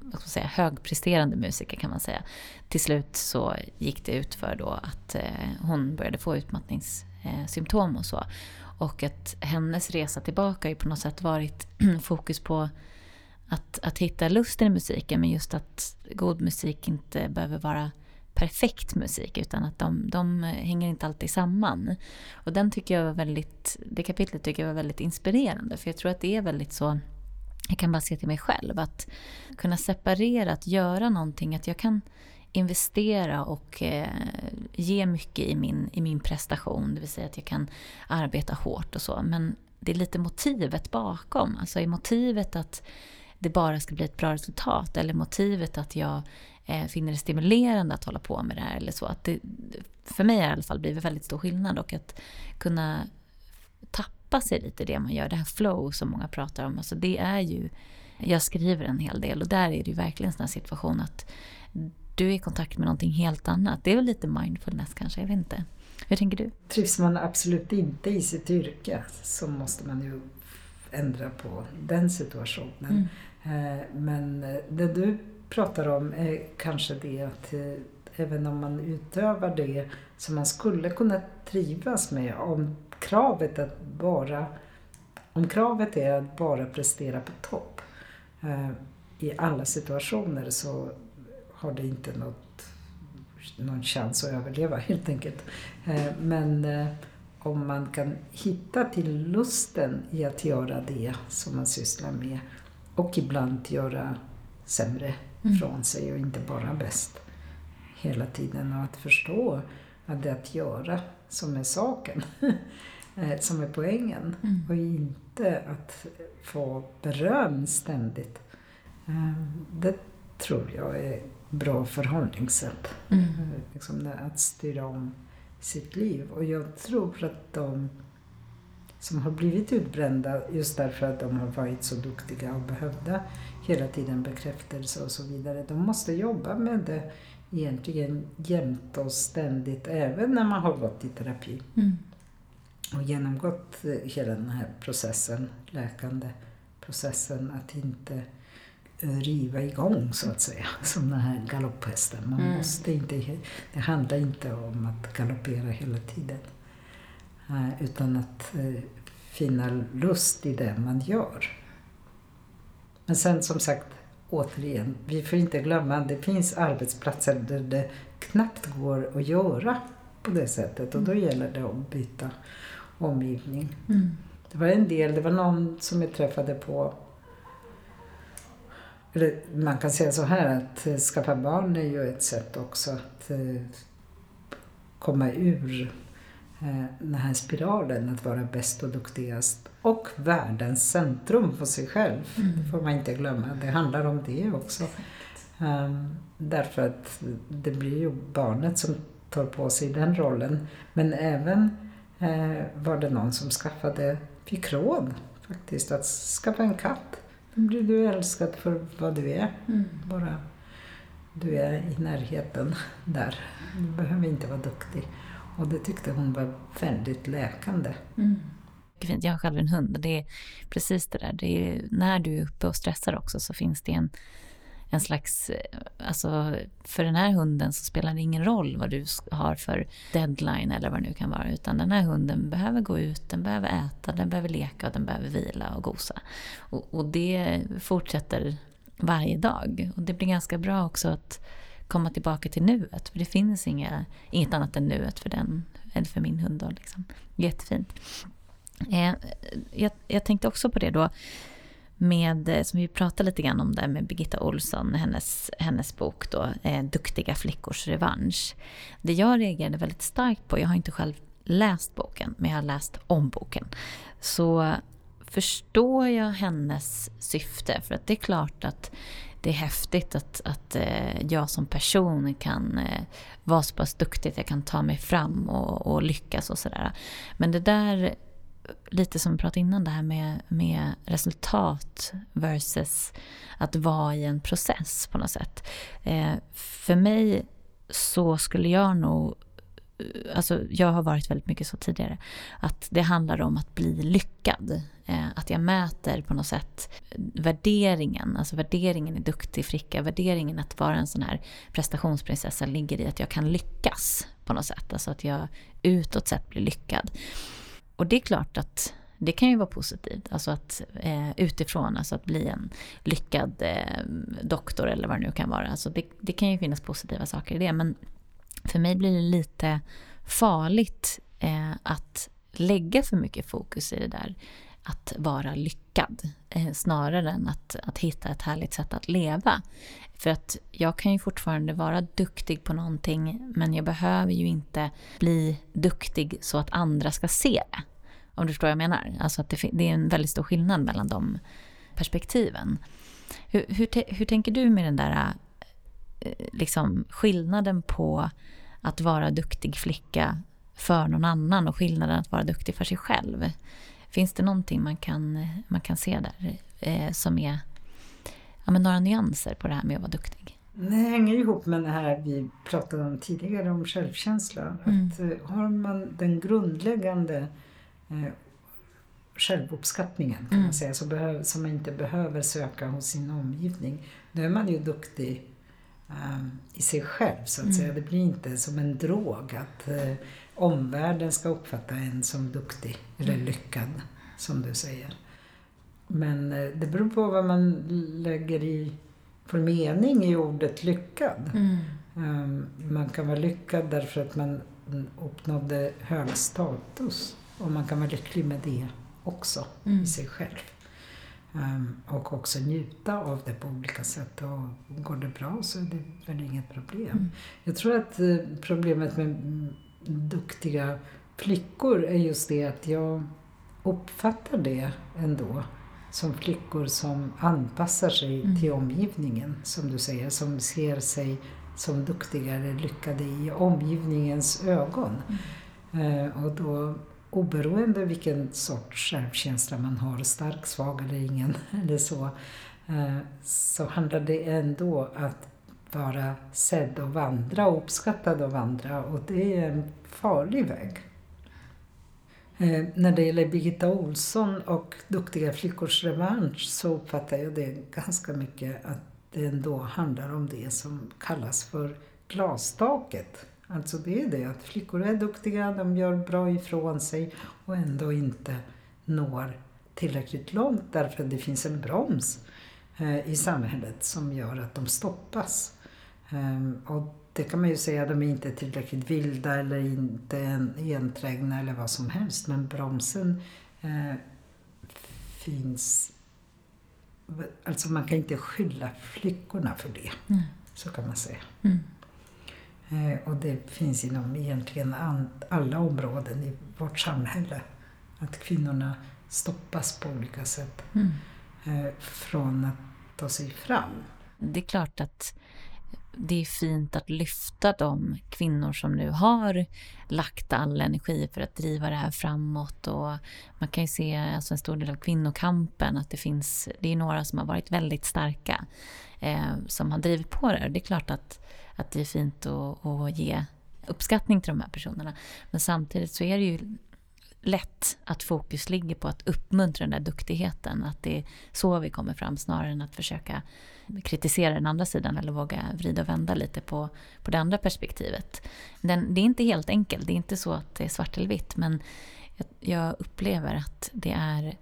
vad ska man säga, högpresterande musiker kan man säga. Till slut så gick det ut för då att eh, hon började få utmattningssymptom och så. Och att hennes resa tillbaka har ju på något sätt varit fokus på att, att hitta lusten i musiken, men just att god musik inte behöver vara perfekt musik, utan att de, de hänger inte alltid samman. Och den tycker jag var väldigt, det kapitlet tycker jag var väldigt inspirerande, för jag tror att det är väldigt så, jag kan bara se till mig själv, att kunna separera, att göra någonting, att jag kan investera och eh, ge mycket i min, i min prestation, det vill säga att jag kan arbeta hårt och så, men det är lite motivet bakom, alltså är motivet att det bara ska bli ett bra resultat, eller motivet att jag eh, finner det stimulerande att hålla på med det här eller så, att det, för mig har i alla fall blivit väldigt stor skillnad, och att kunna tappa sig lite det man gör, det här flow som många pratar om, alltså det är ju, jag skriver en hel del och där är det ju verkligen en sån här situation att du är i kontakt med någonting helt annat. Det är väl lite mindfulness kanske, jag vet inte. Hur tänker du? Trivs man absolut inte i sitt yrke så måste man ju ändra på den situationen. Mm. Men det du pratar om är kanske det att även om man utövar det som man skulle kunna trivas med, om kravet att bara om kravet är att bara prestera på topp i alla situationer, så har det inte något, någon chans att överleva helt enkelt. Men om man kan hitta till lusten i att göra det som man sysslar med, och ibland göra sämre mm. från sig och inte bara bäst hela tiden, och att förstå att det är att göra som är saken, som är poängen, mm. och inte att få beröm ständigt. Det tror jag är bra förhållningssätt. Mm. Liksom att styra om sitt liv. Och jag tror att de som har blivit utbrända just därför att de har varit så duktiga och behövde hela tiden bekräftelse och så vidare, de måste jobba med det egentligen jämt och ständigt, även när man har gått i terapi. Mm. Och genomgått hela den här processen, läkande processen, att inte riva igång så att säga, som den här galopphästen. Man mm. måste inte, det handlar inte om att galoppera hela tiden, utan att finna lust i det man gör. Men sen som sagt, återigen, vi får inte glömma att det finns arbetsplatser där det knappt går att göra på det sättet, och då gäller det att byta omgivning. Mm. Det var en del, det var någon som jag träffade på, eller man kan säga så här, att skaffa barn är ju ett sätt också att eh, komma ur eh, den här spiralen, att vara bäst och duktigast och världens centrum för sig själv. Mm. Det får man inte glömma, det handlar om det också. Um, därför att det blir ju barnet som tar på sig den rollen, men även eh, var det någon som skaffade, fick råd faktiskt att skaffa en katt. Då blir du älskad för vad du är. Mm. Bara du är i närheten där. Du behöver inte vara duktig. Och det tyckte hon var väldigt läkande. Mm. Jag har själv en hund, och det är precis det där. Det är, när du är uppe och stressar också, så finns det en, en slags, alltså för den här hunden så spelar det ingen roll vad du har för deadline eller vad det nu kan vara, utan den här hunden behöver gå ut, den behöver äta, den behöver leka och den behöver vila och gosa. Och, och det fortsätter varje dag, och det blir ganska bra också att komma tillbaka till nuet, för det finns inga, inget annat än nuet för den, eller för min hund då, liksom. Jättefint. Eh, jag, jag tänkte också på det då med, som vi pratade lite grann om där med Birgitta Olsson, hennes, hennes bok då, eh, Duktiga flickors revansch. Det jag reagerade väldigt starkt på, jag har inte själv läst boken, men jag har läst om boken, så förstår jag hennes syfte, för att det är klart att det är häftigt att, att eh, jag som person kan eh, vara så pass duktig att jag kan ta mig fram och, och lyckas och sådär. Men det där, lite som vi pratade innan, det här med, med resultat versus att vara i en process på något sätt. Eh, för mig så skulle jag nog alltså jag har varit väldigt mycket så tidigare, att det handlar om att bli lyckad. Eh, att jag mäter på något sätt värderingen, alltså värderingen i duktig flicka, värderingen att vara en sån här prestationsprinsessa ligger i att jag kan lyckas på något sätt. Alltså att jag utåt sett blir lyckad. Och det är klart att det kan ju vara positivt, alltså att eh, utifrån, alltså att bli en lyckad eh, doktor eller vad det nu kan vara. Alltså det, det kan ju finnas positiva saker i det, men för mig blir det lite farligt eh, att lägga för mycket fokus i det där, att vara lyckad, eh, snarare än att, att hitta ett härligt sätt att leva. För att jag kan ju fortfarande vara duktig på någonting, men jag behöver ju inte bli duktig så att andra ska se det. Om du förstår vad jag menar. Alltså att det, det är en väldigt stor skillnad mellan de perspektiven. Hur, hur, hur tänker du med den där liksom skillnaden på att vara duktig flicka för någon annan och skillnaden att vara duktig för sig själv? Finns det någonting man kan, man kan se där eh, som är ja, men några nyanser på det här med att vara duktig? Det hänger ihop med det här vi pratade om tidigare om självkänsla. Mm. Att, uh, har man den grundläggande uh, självuppskattningen kan mm. man säga, så behöv, som man inte behöver söka hos sin omgivning, då är man ju duktig um, i sig själv så att mm. säga. Det blir inte som en drog att uh, omvärlden ska uppfatta en som duktig eller lyckad, som du säger. Men uh, det beror på vad man lägger i för mening i ordet lyckad. Mm. Um, man kan vara lyckad därför att man uppnådde hög status, och man kan vara lycklig med det också mm. i sig själv. Um, och också njuta av det på olika sätt, och går det bra så är det väl inget problem. Mm. Jag tror att uh, problemet med duktiga flickor är just det att jag uppfattar det ändå som flickor som anpassar sig mm. till omgivningen, som du säger, som ser sig som duktiga eller lyckade i omgivningens ögon. Mm. Eh, och då oberoende vilken sorts självkänsla man har, stark, svag eller ingen eller så, eh, så handlar det ändå att vara sedd och vandra och uppskattad av andra, och det är en farlig väg. Eh, när det gäller Birgitta Olsson och duktiga flickors revansch, så uppfattar jag det ganska mycket att det ändå handlar om det som kallas för glastaket. Alltså det är det att flickor är duktiga, de gör bra ifrån sig och ändå inte når tillräckligt långt därför att det finns en broms eh, i samhället som gör att de stoppas. Eh, och det kan man ju säga att de är inte tillräckligt vilda eller inte enträgna eller vad som helst. Men bromsen eh, finns... Alltså man kan inte skylla flickorna för det. Mm. Så kan man säga. Mm. Eh, och det finns inom egentligen an, alla områden i vårt samhälle. Att kvinnorna stoppas på olika sätt mm. eh, från att ta sig fram. Det är klart att det är fint att lyfta de kvinnor som nu har lagt all energi för att driva det här framåt, och man kan ju se alltså en stor del av kvinnokampen att det finns, det är några som har varit väldigt starka eh, som har drivit på det. Det är klart att, att det är fint att, att ge uppskattning till de här personerna, men samtidigt så är det ju lätt att fokus ligger på att uppmuntra den där duktigheten, att det är så vi kommer fram snarare än att försöka kritisera den andra sidan eller våga vrida och vända lite på, på det andra perspektivet. Den, det är inte helt enkelt, det är inte så att det är svart eller vitt, men jag, jag upplever att det är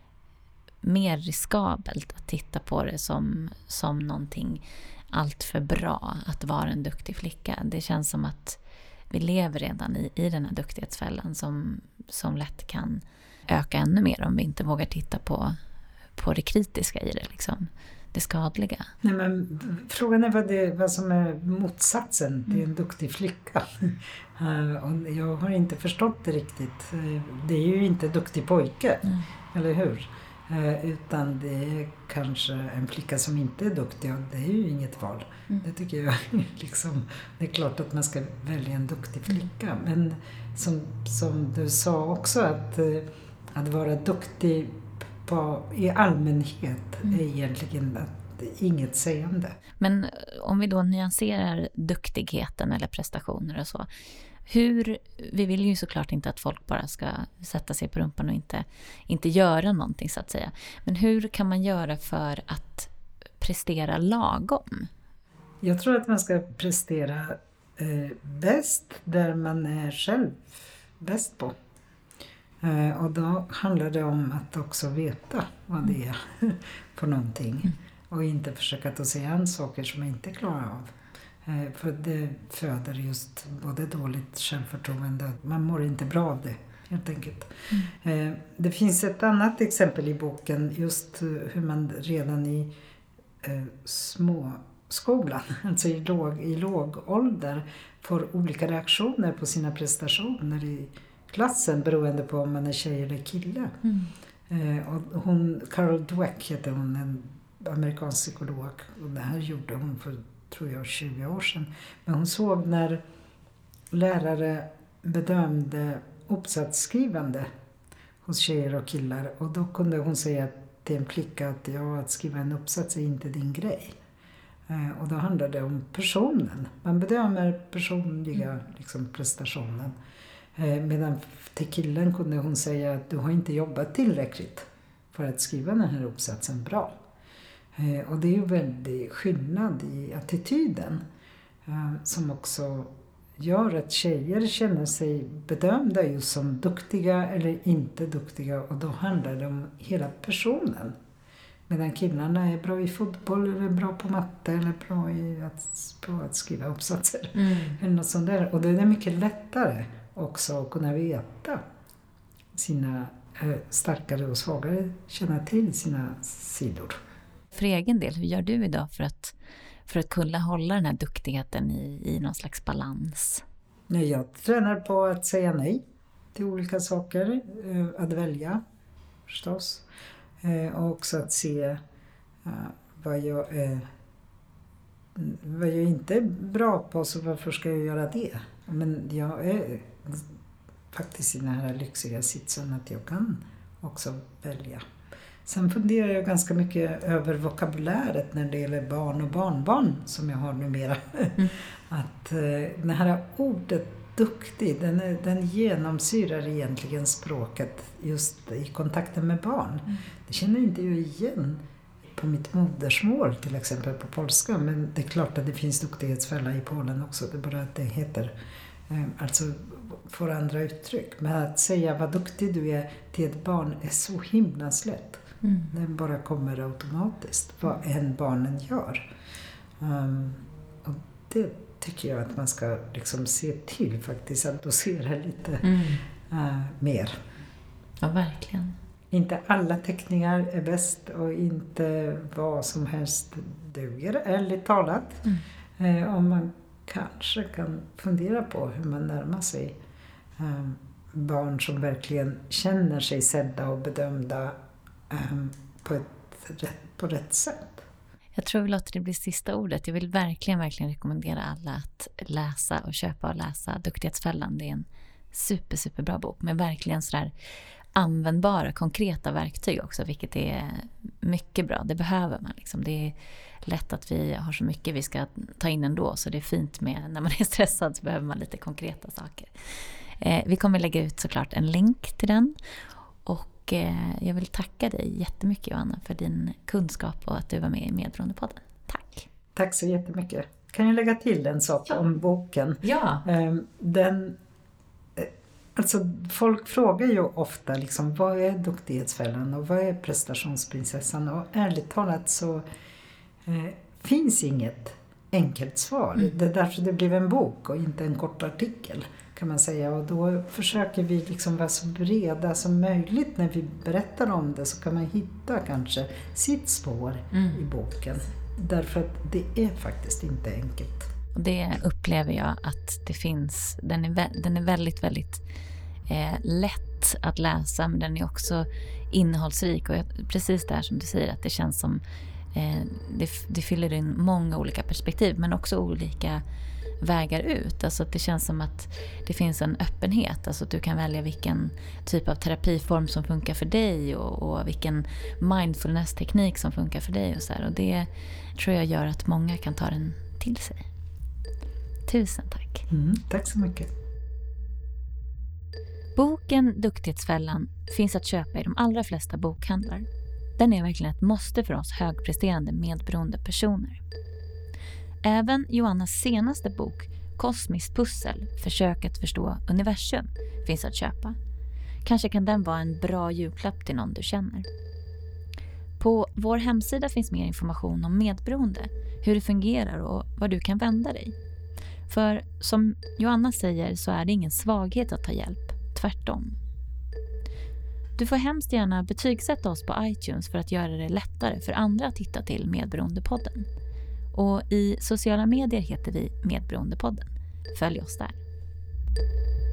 mer riskabelt att titta på det som, som någonting allt för bra att vara en duktig flicka. Det känns som att vi lever redan i, i den här duktighetsfällan som, som lätt kan öka ännu mer om vi inte vågar titta på, på det kritiska i det, liksom, det skadliga. Nej, men frågan är vad, det, vad som är motsatsen till en duktig flicka. Mm. Och jag har inte förstått det riktigt. Det är ju inte duktig pojke, mm. eller hur? Utan det är kanske en flicka som inte är duktig, och det är ju inget val. Mm. Det tycker jag liksom, det är klart att man ska välja en duktig flicka. Mm. Men som, som du sa också, att, att vara duktig på, i allmänhet mm. är egentligen att inget sägande. Men om vi då nyanserar duktigheten eller prestationer och så. Hur, vi vill ju såklart inte att folk bara ska sätta sig på rumpan och inte, inte göra någonting så att säga. Men hur kan man göra för att prestera lagom? Jag tror att man ska prestera eh, bäst där man är själv bäst på. Eh, och då handlar det om att också veta vad det är på någonting. Mm. Och inte försöka ta sig an saker som man inte klarar av. Eh, för det föder just både dåligt självförtroende. Man mår inte bra av det, helt enkelt. Mm. Eh, det finns ett annat exempel i boken. Just hur man redan i eh, små skolan, alltså i låg, i låg ålder, får olika reaktioner på sina prestationer i klassen beroende på om man är tjej eller kille. Mm. Eh, och hon, Carol Dweck heter hon, en amerikansk psykolog, och det här gjorde hon för, tror jag, tjugo år sedan. Men hon såg när lärare bedömde uppsatsskrivande hos tjejer och killar, och då kunde hon säga till en flicka att ja, att skriva en uppsats är inte din grej. Eh, och då handlar det om personen. Man bedömer personliga liksom, prestationen. Eh, medan till killen kunde hon säga att du har inte jobbat tillräckligt för att skriva den här uppsatsen bra. Eh, och det är ju väldigt skillnad i attityden eh, som också gör att tjejer känner sig bedömda just som duktiga eller inte duktiga, och då handlar det om hela personen. Medan killarna är bra i fotboll eller bra på matte eller bra i att, på att skriva uppsatser. Mm. Eller något sånt där. Och då är det mycket lättare också att kunna veta sina eh, starkare och svagare, känna till sina sidor. För egen del, hur gör du idag för att, för att kunna hålla den här duktigheten i, i någon slags balans? Nej, jag tränar på att säga nej till olika saker, eh, att välja förstås. Och också att se uh, vad, jag är, vad jag inte är bra på, så varför ska jag göra det? Men jag är faktiskt i den här lyxiga sitsen att jag kan också välja. Sen funderar jag ganska mycket över vokabuläret när det gäller barn och barnbarn som jag har numera. Mm. Att uh, det här ordet duktig, den, är, den genomsyrar egentligen språket just i kontakten med barn. Mm. Det känner inte jag igen på mitt modersmål, till exempel på polska, men det är klart att det finns duktighetsfälla i Polen också, det är bara att det heter, alltså får andra uttryck. Men att säga vad duktig du är till ett barn är så himla lätt. Mm. Den bara kommer automatiskt, vad en barnen gör. Um, och det tycker jag att man ska liksom se till faktiskt, att dosera lite mm. uh, mer. Ja, verkligen. Inte alla teckningar är bäst och inte vad som helst duger, ärligt talat. Mm. Uh, om man kanske kan fundera på hur man närmar sig uh, barn som verkligen känner sig sedda och bedömda um, på, ett, på rätt sätt. Jag tror vi låter det bli sista ordet. Jag vill verkligen, verkligen rekommendera alla att läsa och köpa och läsa Duktighetsfällan. Det är en super, super bra bok med verkligen sådär användbara, konkreta verktyg också, vilket är mycket bra. Det behöver man liksom. Det är lätt att vi har så mycket vi ska ta in ändå, så det är fint med när man är stressad så behöver man lite konkreta saker. Eh, vi kommer lägga ut såklart en länk till den. Och jag vill tacka dig jättemycket, Johanna, för din kunskap och att du var med i Medberoendepodden. Tack. Tack så jättemycket. Kan jag lägga till en sak ja. om boken? Ja. Den, alltså folk frågar ju ofta liksom, vad är duktighetsfällan och vad är prestationsprinsessan? Och ärligt talat så eh, finns inget enkelt svar. Mm. Det är därför det blev en bok och inte en kort artikel, kan man säga. Och då försöker vi liksom vara så breda som möjligt när vi berättar om det, så kan man hitta kanske sitt spår mm. i boken. Därför att det är faktiskt inte enkelt. Och det upplever jag att det finns, den är, den är väldigt, väldigt eh, lätt att läsa, men den är också innehållsrik. Och jag, precis där som du säger, att det känns som eh, det, det fyller in många olika perspektiv, men också olika vägar ut. Alltså att det känns som att det finns en öppenhet. Alltså att du kan välja vilken typ av terapiform som funkar för dig och, och vilken mindfulness-teknik som funkar för dig. Och, så här. Och det tror jag gör att många kan ta den till sig. Tusen tack. Mm, tack så mycket. Boken Duktighetsfällan finns att köpa i de allra flesta bokhandlar. Den är verkligen ett måste för oss högpresterande medberoende personer. Även Joannas senaste bok, Kosmiskt pussel, försök att förstå universum, finns att köpa. Kanske kan den vara en bra julklapp till någon du känner. På vår hemsida finns mer information om medberoende, hur det fungerar och var du kan vända dig. För som Joanna säger så är det ingen svaghet att ta hjälp, tvärtom. Du får hemskt gärna betygsätta oss på iTunes för att göra det lättare för andra att hitta till Medberoendepodden. Och i sociala medier heter vi Medberoendepodden. Följ oss där.